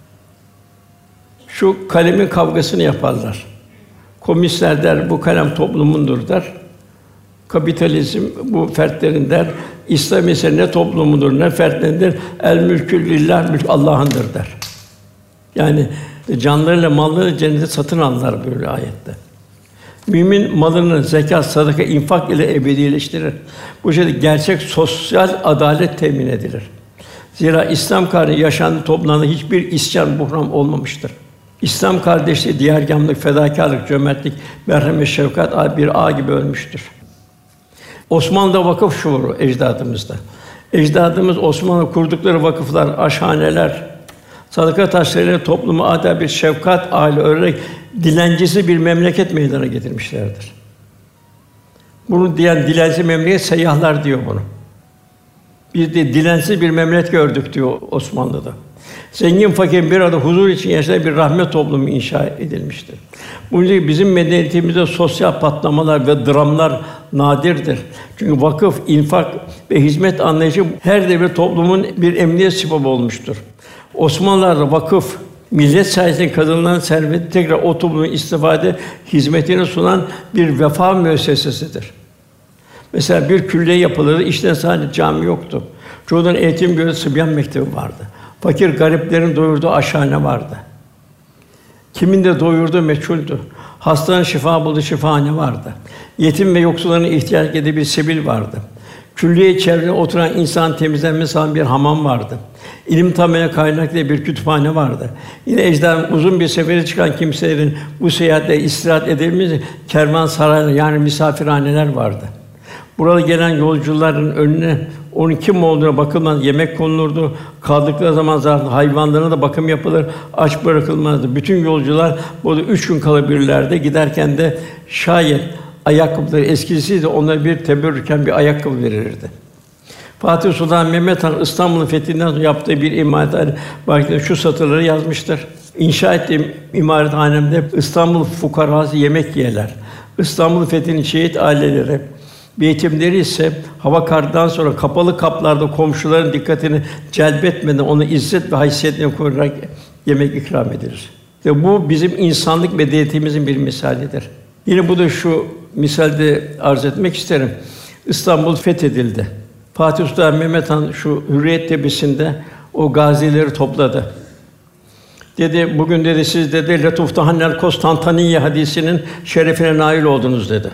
Şu kalemin kavgasını yaparlar. Komünistler der bu kalem toplumundur der. Kapitalizm bu fertlerin der. İslam ise ne toplumudur ne fertlerindir. El mülkü lillah, mülk Allah'ındır der. Yani canlarıyla mallarıyla cenneti satın alırlar böyle ayette. Mümin malını zekat, sadaka, infak ile ebedileştirir. Bu şekilde gerçek sosyal adalet temin edilir. Zira İslam kardeşliği yaşandığı toplumda hiçbir isyan, buhran olmamıştır. İslam kardeşliği diyargâmlık, fedakârlık, cömertlik, merhamet, şefkat bir ağ gibi ölmüştür. Osmanlı'da vakıf şuuru ecdadımızda. Ecdadımız Osmanlı kurdukları vakıflar, aşhaneler, sadaka taşlarıyla toplumu adeta bir şefkat aile örerek dilencisi bir memleket meydana getirmişlerdir. Bunu diyen dilenci memleket seyyahlar diyor bunu. Biz de dilensiz bir memleket gördük diyor Osmanlı'da. Zengin fakir bir arada huzur için yaşayan bir rahmet toplumu inşa edilmiştir. Bunun için bizim medeniyetimizde sosyal patlamalar ve dramlar nadirdir. Çünkü vakıf, infak ve hizmet anlayışı her devir toplumun bir emniyet sıfabı olmuştur. Osmanlılar'da vakıf, millet sayesinde kazanılan serveti tekrar o toplumun istifade hizmetine sunan bir vefa müessesesidir. Mesela bir külliye yapılırdı, içten sadece cami yoktu. Çoğunun eğitim göre Sıbyan Mektebi vardı. Fakir gariplerin doyurduğu aşhane vardı. Kimin de doyurduğu meçhuldü. Hastanın şifa bulduğu şifahane vardı. Yetim ve yoksulların ihtiyaç ettiği bir sebil vardı. Külliye çevresinde oturan insan temizlenmesi sağlayan bir hamam vardı. İlim tamaya kaynaklı bir kütüphane vardı. Yine ecdadın uzun bir sefere çıkan kimselerin bu seyahatte istirahat edebilmesi kervansaraylar yani misafirhaneler vardı. Burada gelen yolcuların önüne onun kim olduğuna bakılmaz, yemek konulurdu. Kaldıkları zaman zaten hayvanlarına da bakım yapılır, aç bırakılmazdı. Bütün yolcular burada üç gün kalabilirlerdi. Giderken de şayet ayakkabıları eskisiydi, onlara bir teberrüken bir ayakkabı verilirdi. Fatih Sultan Mehmet Han İstanbul'un fethinden sonra yaptığı bir imaret var. Şu satırları yazmıştır. İnşa ettiğim imarethanemde İstanbul fukarası yemek yerler. İstanbul fethinin şehit aileleri, yetimleri ise hava kardan sonra kapalı kaplarda komşuların dikkatini celbetmeden onu izzet ve haysiyetine koruyarak yemek ikram edilir. Ve bu bizim insanlık medeniyetimizin bir misalidir. Yine bu da şu misalde arz etmek isterim. İstanbul fethedildi. Fatih Sultan Mehmet Han şu Hürriyet Tepesi'nde o gazileri topladı. Dedi, bugün dedi siz dedi Letuftahanel Konstantiniye hadisinin şerefine nail oldunuz dedi.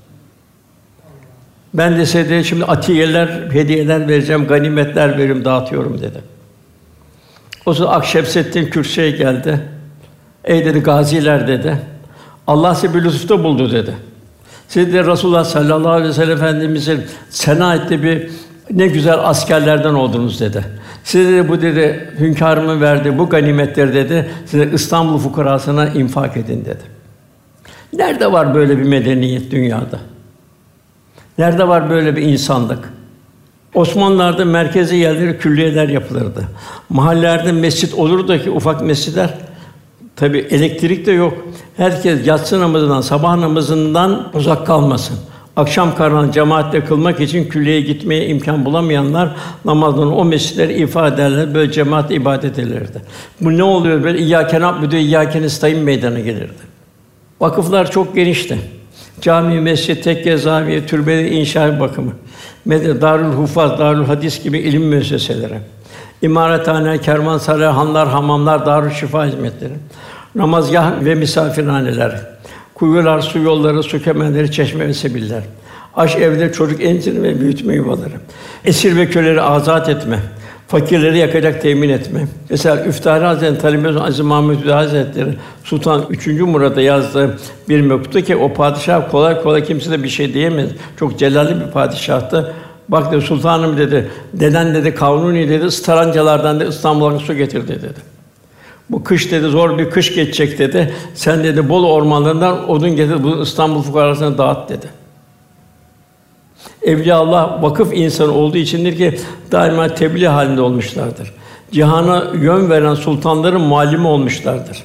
Ben de size dedi, şimdi atiyeler, hediyeler vereceğim, ganimetler veriyorum, dağıtıyorum dedi. O zaman Akşemseddin Kürsi'ye geldi. Ey dedi gaziler dedi. Allah sizi bir lütufta buldu dedi. Siz de Resulullah sallallahu aleyhi ve sellem Efendimiz'in sena ettiği bir ne güzel askerlerden oldunuz dedi. Size de bu dedi hünkârımın verdiği bu ganimetleri dedi size İstanbul fukarasına infak edin dedi. Nerede var böyle bir medeniyet dünyada? Nerede var böyle bir insanlık? Osmanlılar'da merkezi yerleri külliyeler yapılırdı. Mahallelerde mescit olurdu ki ufak mescitler. Tabii elektrik de yok. Herkes yatsı namazından, sabah namazından uzak kalmasın. Akşam karanlığı cemaatle kılmak için külliyeye gitmeye imkan bulamayanlar namazlarını o mescitleri ifade ederler, böyle cemaat ibadet ederlerdi. Bu ne oluyor böyle? İyyâke na'budu ve iyyâke nestaîn meydana gelirdi. Vakıflar çok genişti. Cami, mescit, tekke, zaviye, türbeleri inşa bakımı, medrese, Darül Hufaz, Darül Hadis gibi ilim müesseseleri, imarethane, kervansaray, hanlar, hamamlar, Darül Şifa hizmetleri, namazgâh ve misafirhaneler, kuyular, su yolları, su kemerleri, çeşme ve sebiller, aş evde çocuk emzirme ve büyütme yuvaları, esir ve köleleri azat etme, fakirleri yakacak temin etme. Mesela Üftâri Hazretleri Talebe Aziz Mahmud Hüdayi Hazretleri Sultan üçüncü Murad'a yazdığı bir mektupta ki o padişah kolay kolay kimse de bir şey diyemez. Çok celalli bir padişahtı. Bak dedi sultanım dedi. Deden dedi Kanuni dedi ıstarancalardan da İstanbul'a su getirdi dedi. Bu kış dedi zor bir kış geçecek dedi. Sen dedi Bolu ormanlarından odun getir bu İstanbul fukarasına dağıt dedi. Evliyaullah vakıf insanı olduğu içindir ki daima tebliğ halinde olmuşlardır. Cihana yön veren sultanların muallimi olmuşlardır.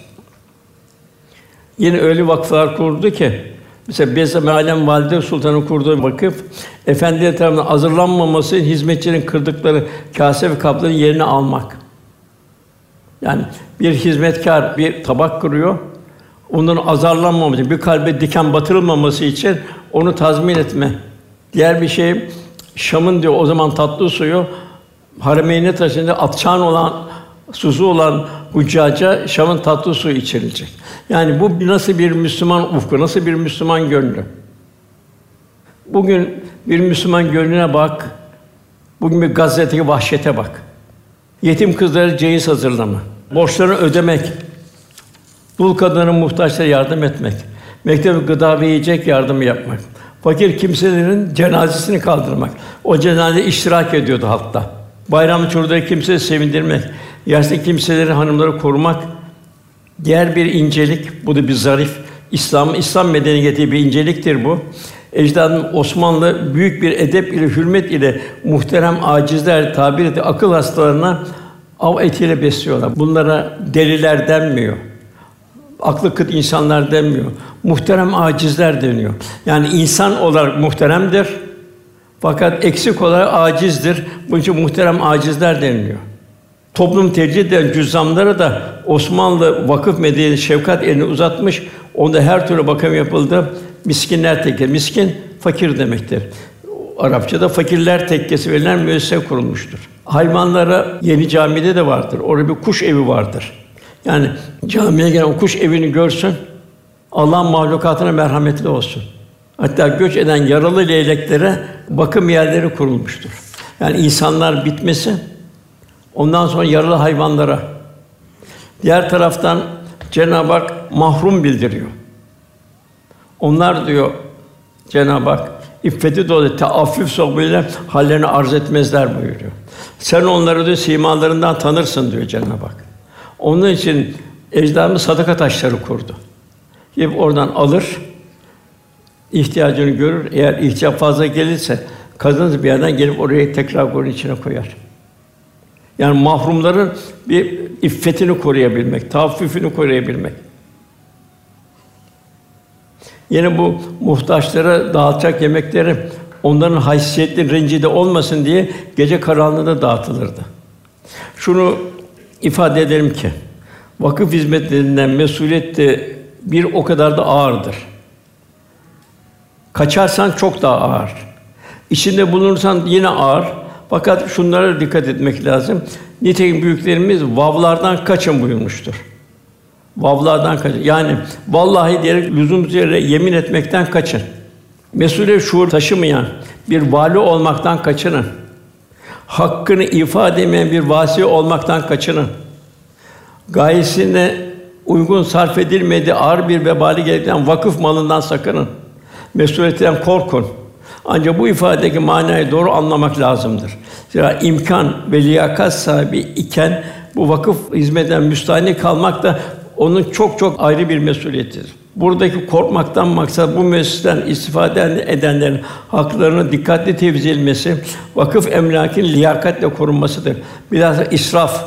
Yine öyle vakıflar kurdu ki mesela Beyazıt Alem Valide Sultan'ın kurduğu vakıf efendiler tarafından hazırlanmaması hizmetçilerin kırdıkları kase ve kapların yerini almak. Yani bir hizmetkar bir tabak kuruyor. Onun azarlanmaması, bir kalbe diken batırılmaması için onu tazmin etme. Diğer bir şey Şam'ın diyor o zaman tatlı suyu Harameyne taşında atçan olan suzu olan huccaca Şam'ın tatlı suyu içirilecek. Yani bu nasıl bir Müslüman ufku, nasıl bir Müslüman gönlü? Bugün bir Müslüman gönlüne bak. Bugün bir Gazze'deki vahşete bak. Yetim kızlara cehiz hazırlama, borçlarını ödemek, dul kadınların muhtaçlara yardım etmek, mektep gıda ve yiyecek yardımı yapmak, fakir kimselerin cenazesini kaldırmak. O cenazede iştirak ediyordu halkta. Bayramı çocukları kimseleri sevindirmek, yaşlı kimseleri, hanımları korumak. Diğer bir incelik, bu da bir zarif. İslam İslam medeniyeti bir inceliktir bu. Ecdadım Osmanlı büyük bir edep ile, hürmet ile muhterem acizler tabir etti. Akıl hastalarına av etiyle besliyorlar. Bunlara deliler denmiyor. Aklı kıt insanlar denmiyor. Muhterem acizler deniyor. Yani insan olarak muhteremdir. Fakat eksik olarak acizdir. Bunun için muhterem acizler deniliyor. Toplum tercih eden cüzzamlara da Osmanlı vakıf medeniyeti şefkat elini uzatmış. Onda her türlü bakım yapıldı. Miskinler tekkesi. Miskin fakir demektir. Arapçada fakirler tekkesi verilen müessese kurulmuştur. Hayvanlara Yeni Cami'de de vardır. Orada bir kuş evi vardır. Yani camiye gelen o kuş evini görsün, Allah'ın mahlukatına merhametli olsun. Hatta göç eden yaralı leyleklere bakım yerleri kurulmuştur. Yani insanlar bitmesi, ondan sonra yaralı hayvanlara. Diğer taraftan Cenab-ı Hak mahrum bildiriyor. Onlar diyor Cenab-ı Hak iffeti dolu teaffüf sohbetiyle hallerini arz etmezler buyuruyor. Sen onları diyor simalarından tanırsın diyor Cenab-ı Hak. Onun için ecdadımız sadaka taşları kurdu. Gidip oradan alır, ihtiyacını görür. Eğer ihtiyaç fazla gelirse kazanır bir yerden gelip oraya tekrar gorun içine koyar. Yani mahrumların bir iffetini koruyabilmek, taaffüfünü koruyabilmek. Yine bu muhtaçlara dağıtacak yemekleri onların haysiyetli rencide olmasın diye gece karanlığında dağıtılırdı. Şunu ifade edelim ki vakıf hizmetlerinden mesuliyet de bir o kadar da ağırdır. Kaçarsan çok daha ağır. İçinde bulunursan yine ağır. Fakat şunlara dikkat etmek lazım. Nitekim büyüklerimiz vavlardan kaçın buyurmuştur. Vavlardan kaçın. Yani vallahi diyerek lüzumsuz yere yemin etmekten kaçın. Mesuliyet şuur taşımayan bir vali olmaktan kaçının. Hakkını ifade edemeyen bir vasi olmaktan kaçının. Gayesine uygun sarf edilmediği ağır bir vebali gerektiren vakıf malından sakının. Mesuliyetten korkun. Ancak bu ifadedeki manayı doğru anlamak lazımdır. Zira imkan ve liyakat sahibi iken bu vakıf hizmetinden müstahni kalmak da onun çok çok ayrı bir mesuliyetidir. Buradaki korkmaktan maksat bu müesseseden istifade edenlerin haklarını dikkatli tevzi edilmesi, vakıf emlakın liyakatle korunmasıdır. Bilhassa israf,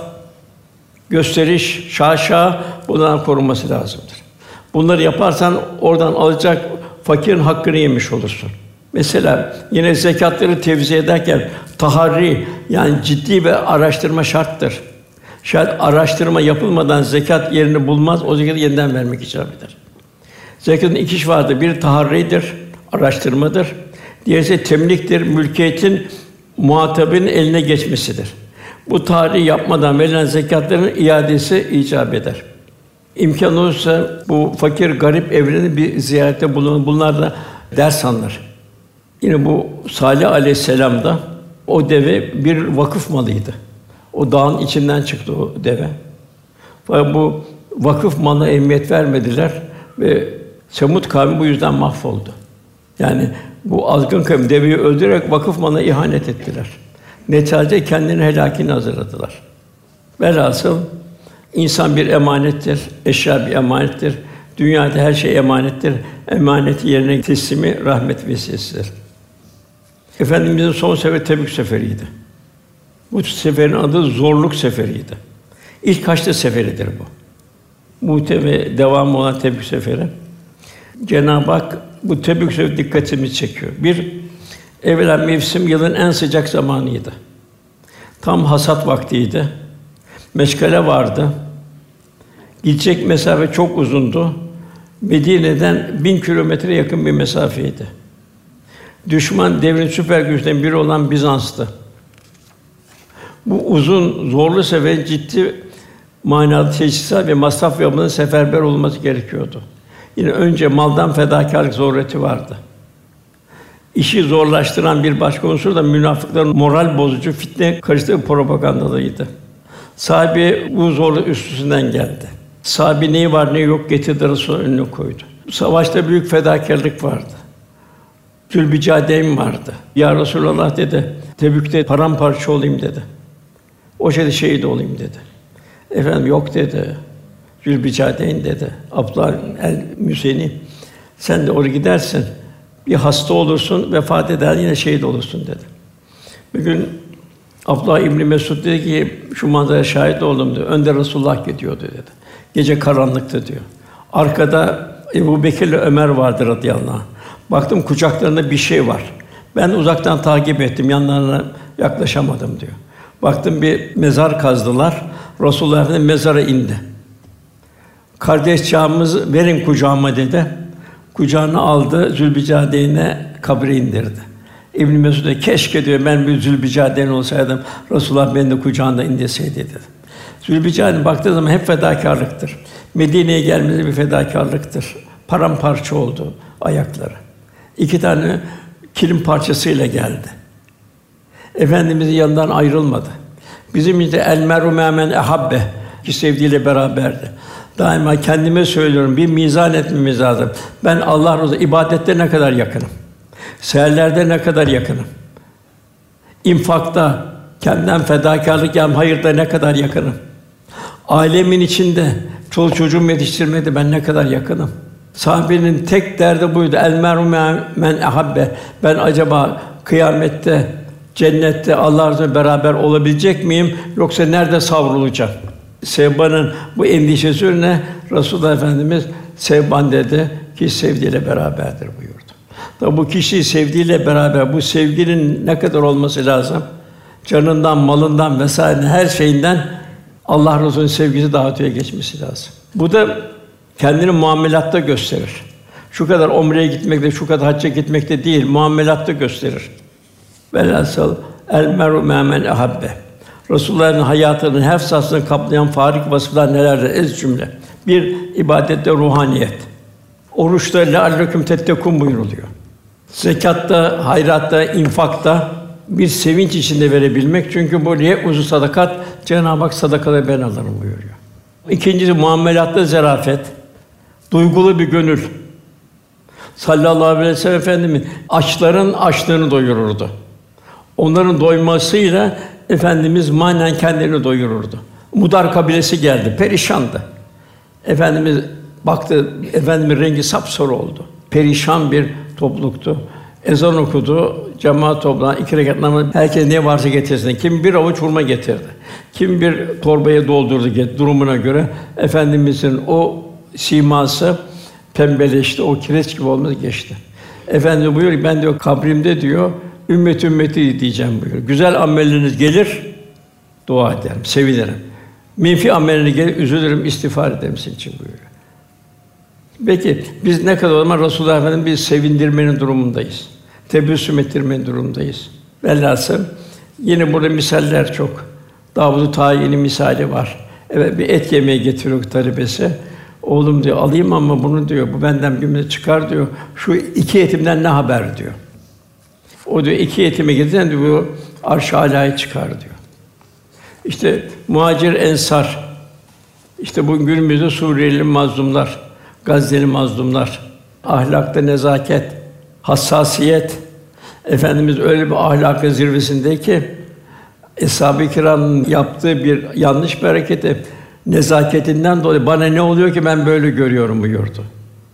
gösteriş, şaşa bundan korunması lazımdır. Bunları yaparsan oradan alacak fakirin hakkını yemiş olursun. Mesela yine zekatları tevzi ederken taharri yani ciddi bir araştırma şarttır. Şayet araştırma yapılmadan zekat yerini bulmaz, o zekatı yeniden vermek icap eder. Zekatın iki iş vardır. Biri taharridir, araştırmadır. Diğeri ise temliktir, mülkiyetin muhatabının eline geçmesidir. Bu taharri yapmadan verilen zekatların iadesi icap eder. İmkan olursa bu fakir garip evlerini bir ziyarette bulunur. Bunlar da ders alınır. Yine bu Salih Aleyhisselam da o deve bir vakıf malıydı. O dağın içinden çıktı o deve. Fakat bu vakıf malına ehemmiyet vermediler ve Semud kavmi bu yüzden mahvoldu. Yani bu azgın kavim deveyi öldürerek vakıf malına ihanet ettiler. Neticede kendilerine helakini hazırladılar. Velhasıl insan bir emanettir, eşya bir emanettir. Dünyada her şey emanettir. Emaneti yerine teslimi rahmet vesilesidir. Efendimizin son seferi Tebük seferiydi. Bu seferin adı zorluk seferiydi. İlk Haçlı seferidir bu. Muhte ve devamı olan Tebük seferi. Cenab-ı Hak bu Tebük seferi dikkatimizi çekiyor. Bir, evvela mevsim yılın en sıcak zamanıydı. Tam hasat vaktiydi. Meşgale vardı. Gidecek mesafe çok uzundu. Medine'den bin kilometre yakın bir mesafeydi. Düşman devrin süper güçlerinden biri olan Bizans'tı. Bu uzun, zorlu seferin ciddi manada teçhizat ve masraf yapımının seferber olması gerekiyordu. Yine önce maldan fedakârlık zorureti vardı. İşi zorlaştıran bir başka unsur da münafıkların moral bozucu, fitne karıştığı propagandalarıydı. Sahabe bu zorluk üstesinden geldi. Sahabe neyi var ne yok getirdi Resul'ün önüne koydu. Savaşta büyük fedakârlık vardı. Zülbicadeyn vardı. Ya Resulallah dedi, Tebük'te paramparça olayım dedi. O şeyde şehit olayım dedi. Efendim yok dedi. Zülbicadeyn dedi. Abdullah el-Müseyni sen de oraya gidersin. Bir hasta olursun, vefat eder, yine şehit olursun dedi. Bir gün Abdullah İbni Mesud dedi ki, şu manzaraya şahit oldum diyor. Önde Resulullah gidiyordu dedi. Gece karanlıktı diyor. Arkada Ebu Bekir ile Ömer vardı radıyallahu anh. Baktım kucaklarında bir şey var. Ben uzaktan takip ettim, yanlarına yaklaşamadım diyor. Baktım bir mezar kazdılar. Resulullah Efendimiz mezara indi. Kardeş çağımızı verin kucağıma dedi. Kucağına aldı, Zülbicade'ne kabre indirdi. İbn Mesud de keşke diyor ben bir Zülbicade'nin olsaydım, Resulullah beni de kucağında indirseydi dedi. Zülbicade baktığı zaman hep fedakârlıktır. Medine'ye gelmesi bir fedakârlıktır. Paramparça oldu ayakları. İki tane kilim parçasıyla geldi. Efendimizin yanından ayrılmadı. Bizim işte el meru men ehabbe ki sevdiğiyle beraberdi. Daima kendime söylüyorum, bir mizan etmemiz lazım. Ben Allah razı olsun ibadette ne kadar yakınım. Seherlerde ne kadar yakınım. İnfakta, kendimden fedakârlık yani hayırda ne kadar yakınım. Ailemin içinde çoluk çocuğumu yetiştirmede ben ne kadar yakınım. Sahabenin tek derdi buydu. El meru men ehabbe. Ben acaba kıyamette, cennette Allah razı olsun beraber olabilecek miyim yoksa nerede savrulacağım? Sevbanın bu endişesi üzerine Resulullah Efendimiz Sevban dedi ki sevdiğiyle beraberdir buyurdu. Tabi bu kişi sevdiğiyle beraber bu sevginin ne kadar olması lazım? Canından, malından vesaire her şeyinden Allah Resulü'nün sevgisi daha öteye geçmesi lazım. Bu da kendini muamelatta gösterir. Şu kadar umreye gitmekte, şu kadar hacca gitmekte değil, muamelatta gösterir. Velhasıl el meru men ehabbe. Resulullah'ın hayatının her sahasını kaplayan farik vasıflar nelerdir? Ez cümle. Bir, ibadette ruhaniyet. Oruçta lealleküm tettekûn buyuruluyor. Zekatta, hayratta, infakta bir sevinç içinde verebilmek. Çünkü bu ye'uzu sadakat, Cenab-ı Hak sadakaları ben alırım buyuruyor. İkincisi muamelatta zarafet. Duygulu bir gönül. Sallallahu aleyhi ve sellem Efendimiz açların açlığını doyururdu. Onların doymasıyla Efendimiz manen kendilerini doyururdu. Mudar kabilesi geldi, perişandı. Efendimiz baktı, Efendimiz rengi sapsarı oldu. Perişan bir topluluktu. Ezan okudu, cemaat toplandı, iki rekat namaz, herkes ne varsa getirsin. Kim bir avuç hurma getirdi, kim bir torbaya doldurdu durumuna göre. Efendimizin o siması pembeleşti, o kireç gibi olması geçti. Efendimiz buyuruyor ki, ben diyor kabrimde diyor, ümmet ümmeti diyeceğim buyuruyor. Güzel amelleriniz gelir, dua ederim, sevinirim. Menfi amelleriniz gelir, üzülürüm, istiğfar ederim sizin için buyuruyor. Peki biz ne kadar o zaman Resulullah Efendimiz biz sevindirmenin durumundayız. Tebessüm ettirmenin durumundayız. Velhasıl yine burada misaller çok. Davud-u Tâyi'nin misali var. Evet bir et yemeye getiriyor talebesi. Oğlum diyor alayım ama bunu diyor bu benden gümle çıkar diyor. Şu iki etimden ne haber diyor. O diyor iki etime getiren diyor arş-ı âlâya çıkar diyor. İşte muhacir ensar. İşte bugün günümüzde Suriyeli mazlumlar, Gazze'li mazlumlar, ahlakta nezaket, hassasiyet. Efendimiz öyle bir ahlakın zirvesinde ki Eshab-ı Kiram'ın yaptığı bir yanlış bir hareketi nezaketinden dolayı bana ne oluyor ki ben böyle görüyorum buyurdu.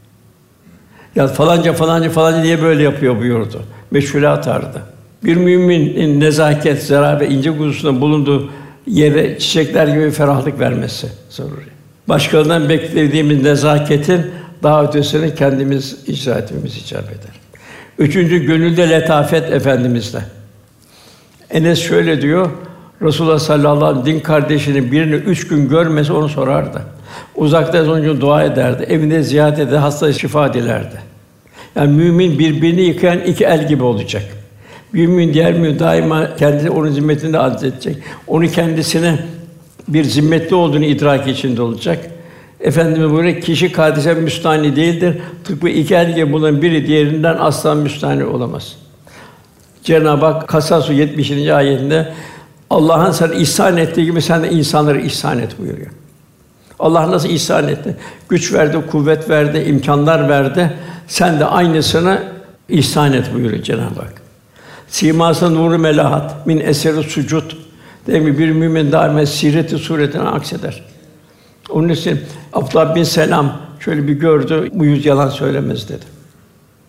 Ya falanca falanca falanca niye böyle yapıyor buyurdu. Meşhule atardı. Bir müminin nezaket, zera ve ince kuzusunda bulunduğu yere çiçekler gibi ferahlık vermesi zaruri. Başkalarından beklediğimiz nezaketin daha ötesini kendimiz icra etmemiz icap eder. Üçüncü, gönülde letafet Efendimiz'de. Enes şöyle diyor, Resulullah sallallahu aleyhi ve sellem din kardeşinin birini üç gün görmese onu sorardı. Uzakta onun için dua ederdi, evinde ziyaret eder, hasta şifa dilerdi. Yani mümin birbirini yıkayan iki el gibi olacak. Mümin diğer mümin daima kendisi onun zimmetinde aziz edecek. Onu kendisine bir zimmetli olduğunu idrak içinde olacak. Efendimiz buyuruyor, kişi kardeşe müstahni değildir. Tıpkı iki el gibi bulunan biri diğerinden asla müstahni olamaz. Cenab-ı Hak Kasas yetmişinci ayetinde Allah'ın sana ihsan ettiği gibi sen de insanlara ihsan et buyuruyor. Allah nasıl ihsan etti? Güç verdi, kuvvet verdi, imkânlar verdi. Sen de aynısını ihsan et buyuruyor Cenab-ı Hak. Sîmâsı nûr-u melâhat min eseri sucud. Demek bir mümin daima sireti suretine akseder. Onun için Abdullah bin Selam şöyle bir gördü, bu yüz yalan söylemez dedi.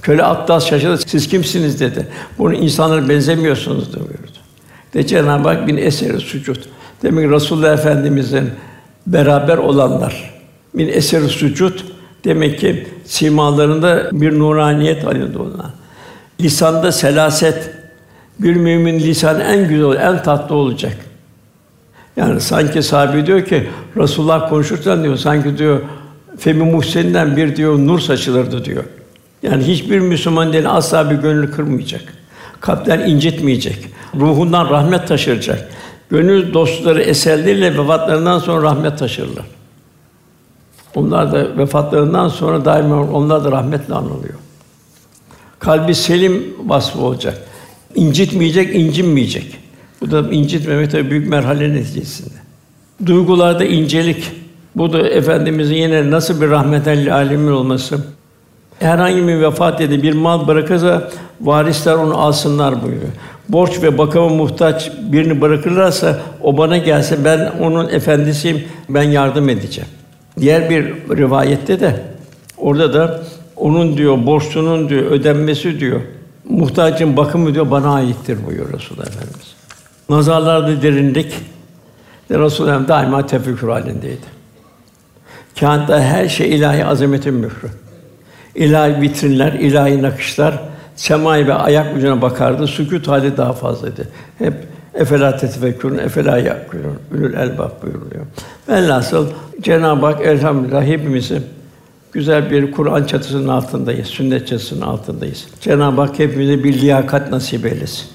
Köle Attas şaşırdı. Siz kimsiniz dedi. Bunu insanlara benzemiyorsunuz da buyurdu. De Cenab-ı Hak bin eseri sucud. Demek ki Resulullah Efendimizin beraber olanlar min eseri sucud demek ki simalarında bir nuraniyet halinde onlar. Lisanda selaset, bir mümin lisanı en güzel, en tatlı olacak. Yani sanki sahabe diyor ki Resulullah konuşurken diyor sanki diyor Femi Muhsin'den bir diyor nur saçılırdı diyor. Yani hiçbir Müslüman değil asla bir gönlü kırmayacak. Kalpten incitmeyecek. Ruhundan rahmet taşıracak. Gönül dostları eserleriyle vefatlarından sonra rahmet taşırlar. Onlar da vefatlarından sonra daima onlar da rahmetle anılıyor. Kalbi selim vasfı olacak. İncitmeyecek, incinmeyecek. Bu da incitmemek tabii büyük merhale neticesinde. Duygularda incelik. Bu da Efendimizin yine nasıl bir rahmeten lil âlemin olması. Herhangi bir vefat edip bir mal bırakırsa varisler onu alsınlar buyuruyor. Borç ve bakıma muhtaç birini bırakırlarsa o bana gelse ben onun efendisiyim, ben yardım edeceğim. Diğer bir rivayette de orada da onun diyor borçlunun diyor ödenmesi diyor muhtacın bakımı diyor bana aittir buyuruyor Resulullah Efendimiz. Nazarlarda derinlik ve Resulullah daima tefekkür halindeydi. Kâinatta her şey ilahi azametin mührü. İlahi vitrinler, ilahi nakışlar, semâ ve ayak ucuna bakardı. Sükût hali daha fazlaydı. Hep efela tetefekkürün, efela yakûlûn, ulul elbâb buyuruluyor. Velhasıl Cenab-ı Hak elhamdülillah hepimizi güzel bir Kur'an çatısının altındayız, sünnet çatısının altındayız. Cenab-ı Hak hepimize bir liyakat nasip eylesin.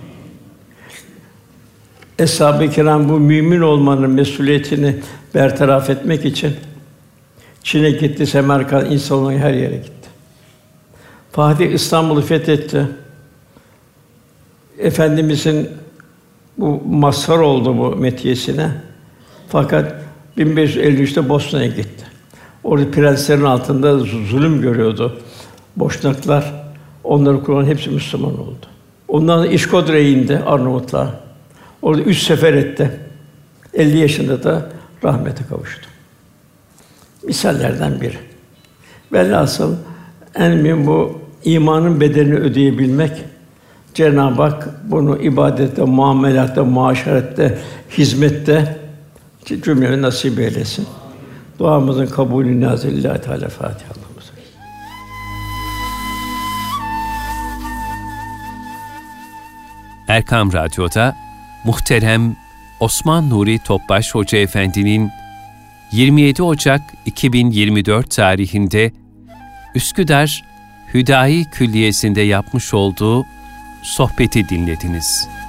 Eshab-ı Kiram bu mümin olmanın mesuliyetini bertaraf etmek için Çin'e gitti, Semerkant, İstanbul'a her yere gitti. Fatih İstanbul'u fethetti. Efendimizin bu mazhar oldu bu metiyesine. Fakat bin beş yüz elli üçte Bosna'ya gitti. Orada prenslerin altında zulüm görüyordu Boşnaklar. Onları kuran hepsi Müslüman oldu. Ondan sonra İşkodre'ye indi Arnavutlar. Orada üç sefer etti. elli yaşında da rahmete kavuştu. Misallerden biri. Velhasıl en mühim bu imanın bedelini ödeyebilmek. Cenab-ı Hak bunu ibadette, muamelatta, muaşerette, hizmette cümlemize nasip eylesin. Duamızın kabulü niyazı lillahi teâlâ Fâtiha. Erkam Radyo'da muhterem Osman Nuri Topbaş Hoca Efendi'nin yirmi yedi Ocak iki bin yirmi dört tarihinde Üsküdar Hüdayi Külliyesi'nde yapmış olduğu sohbeti dinlediniz.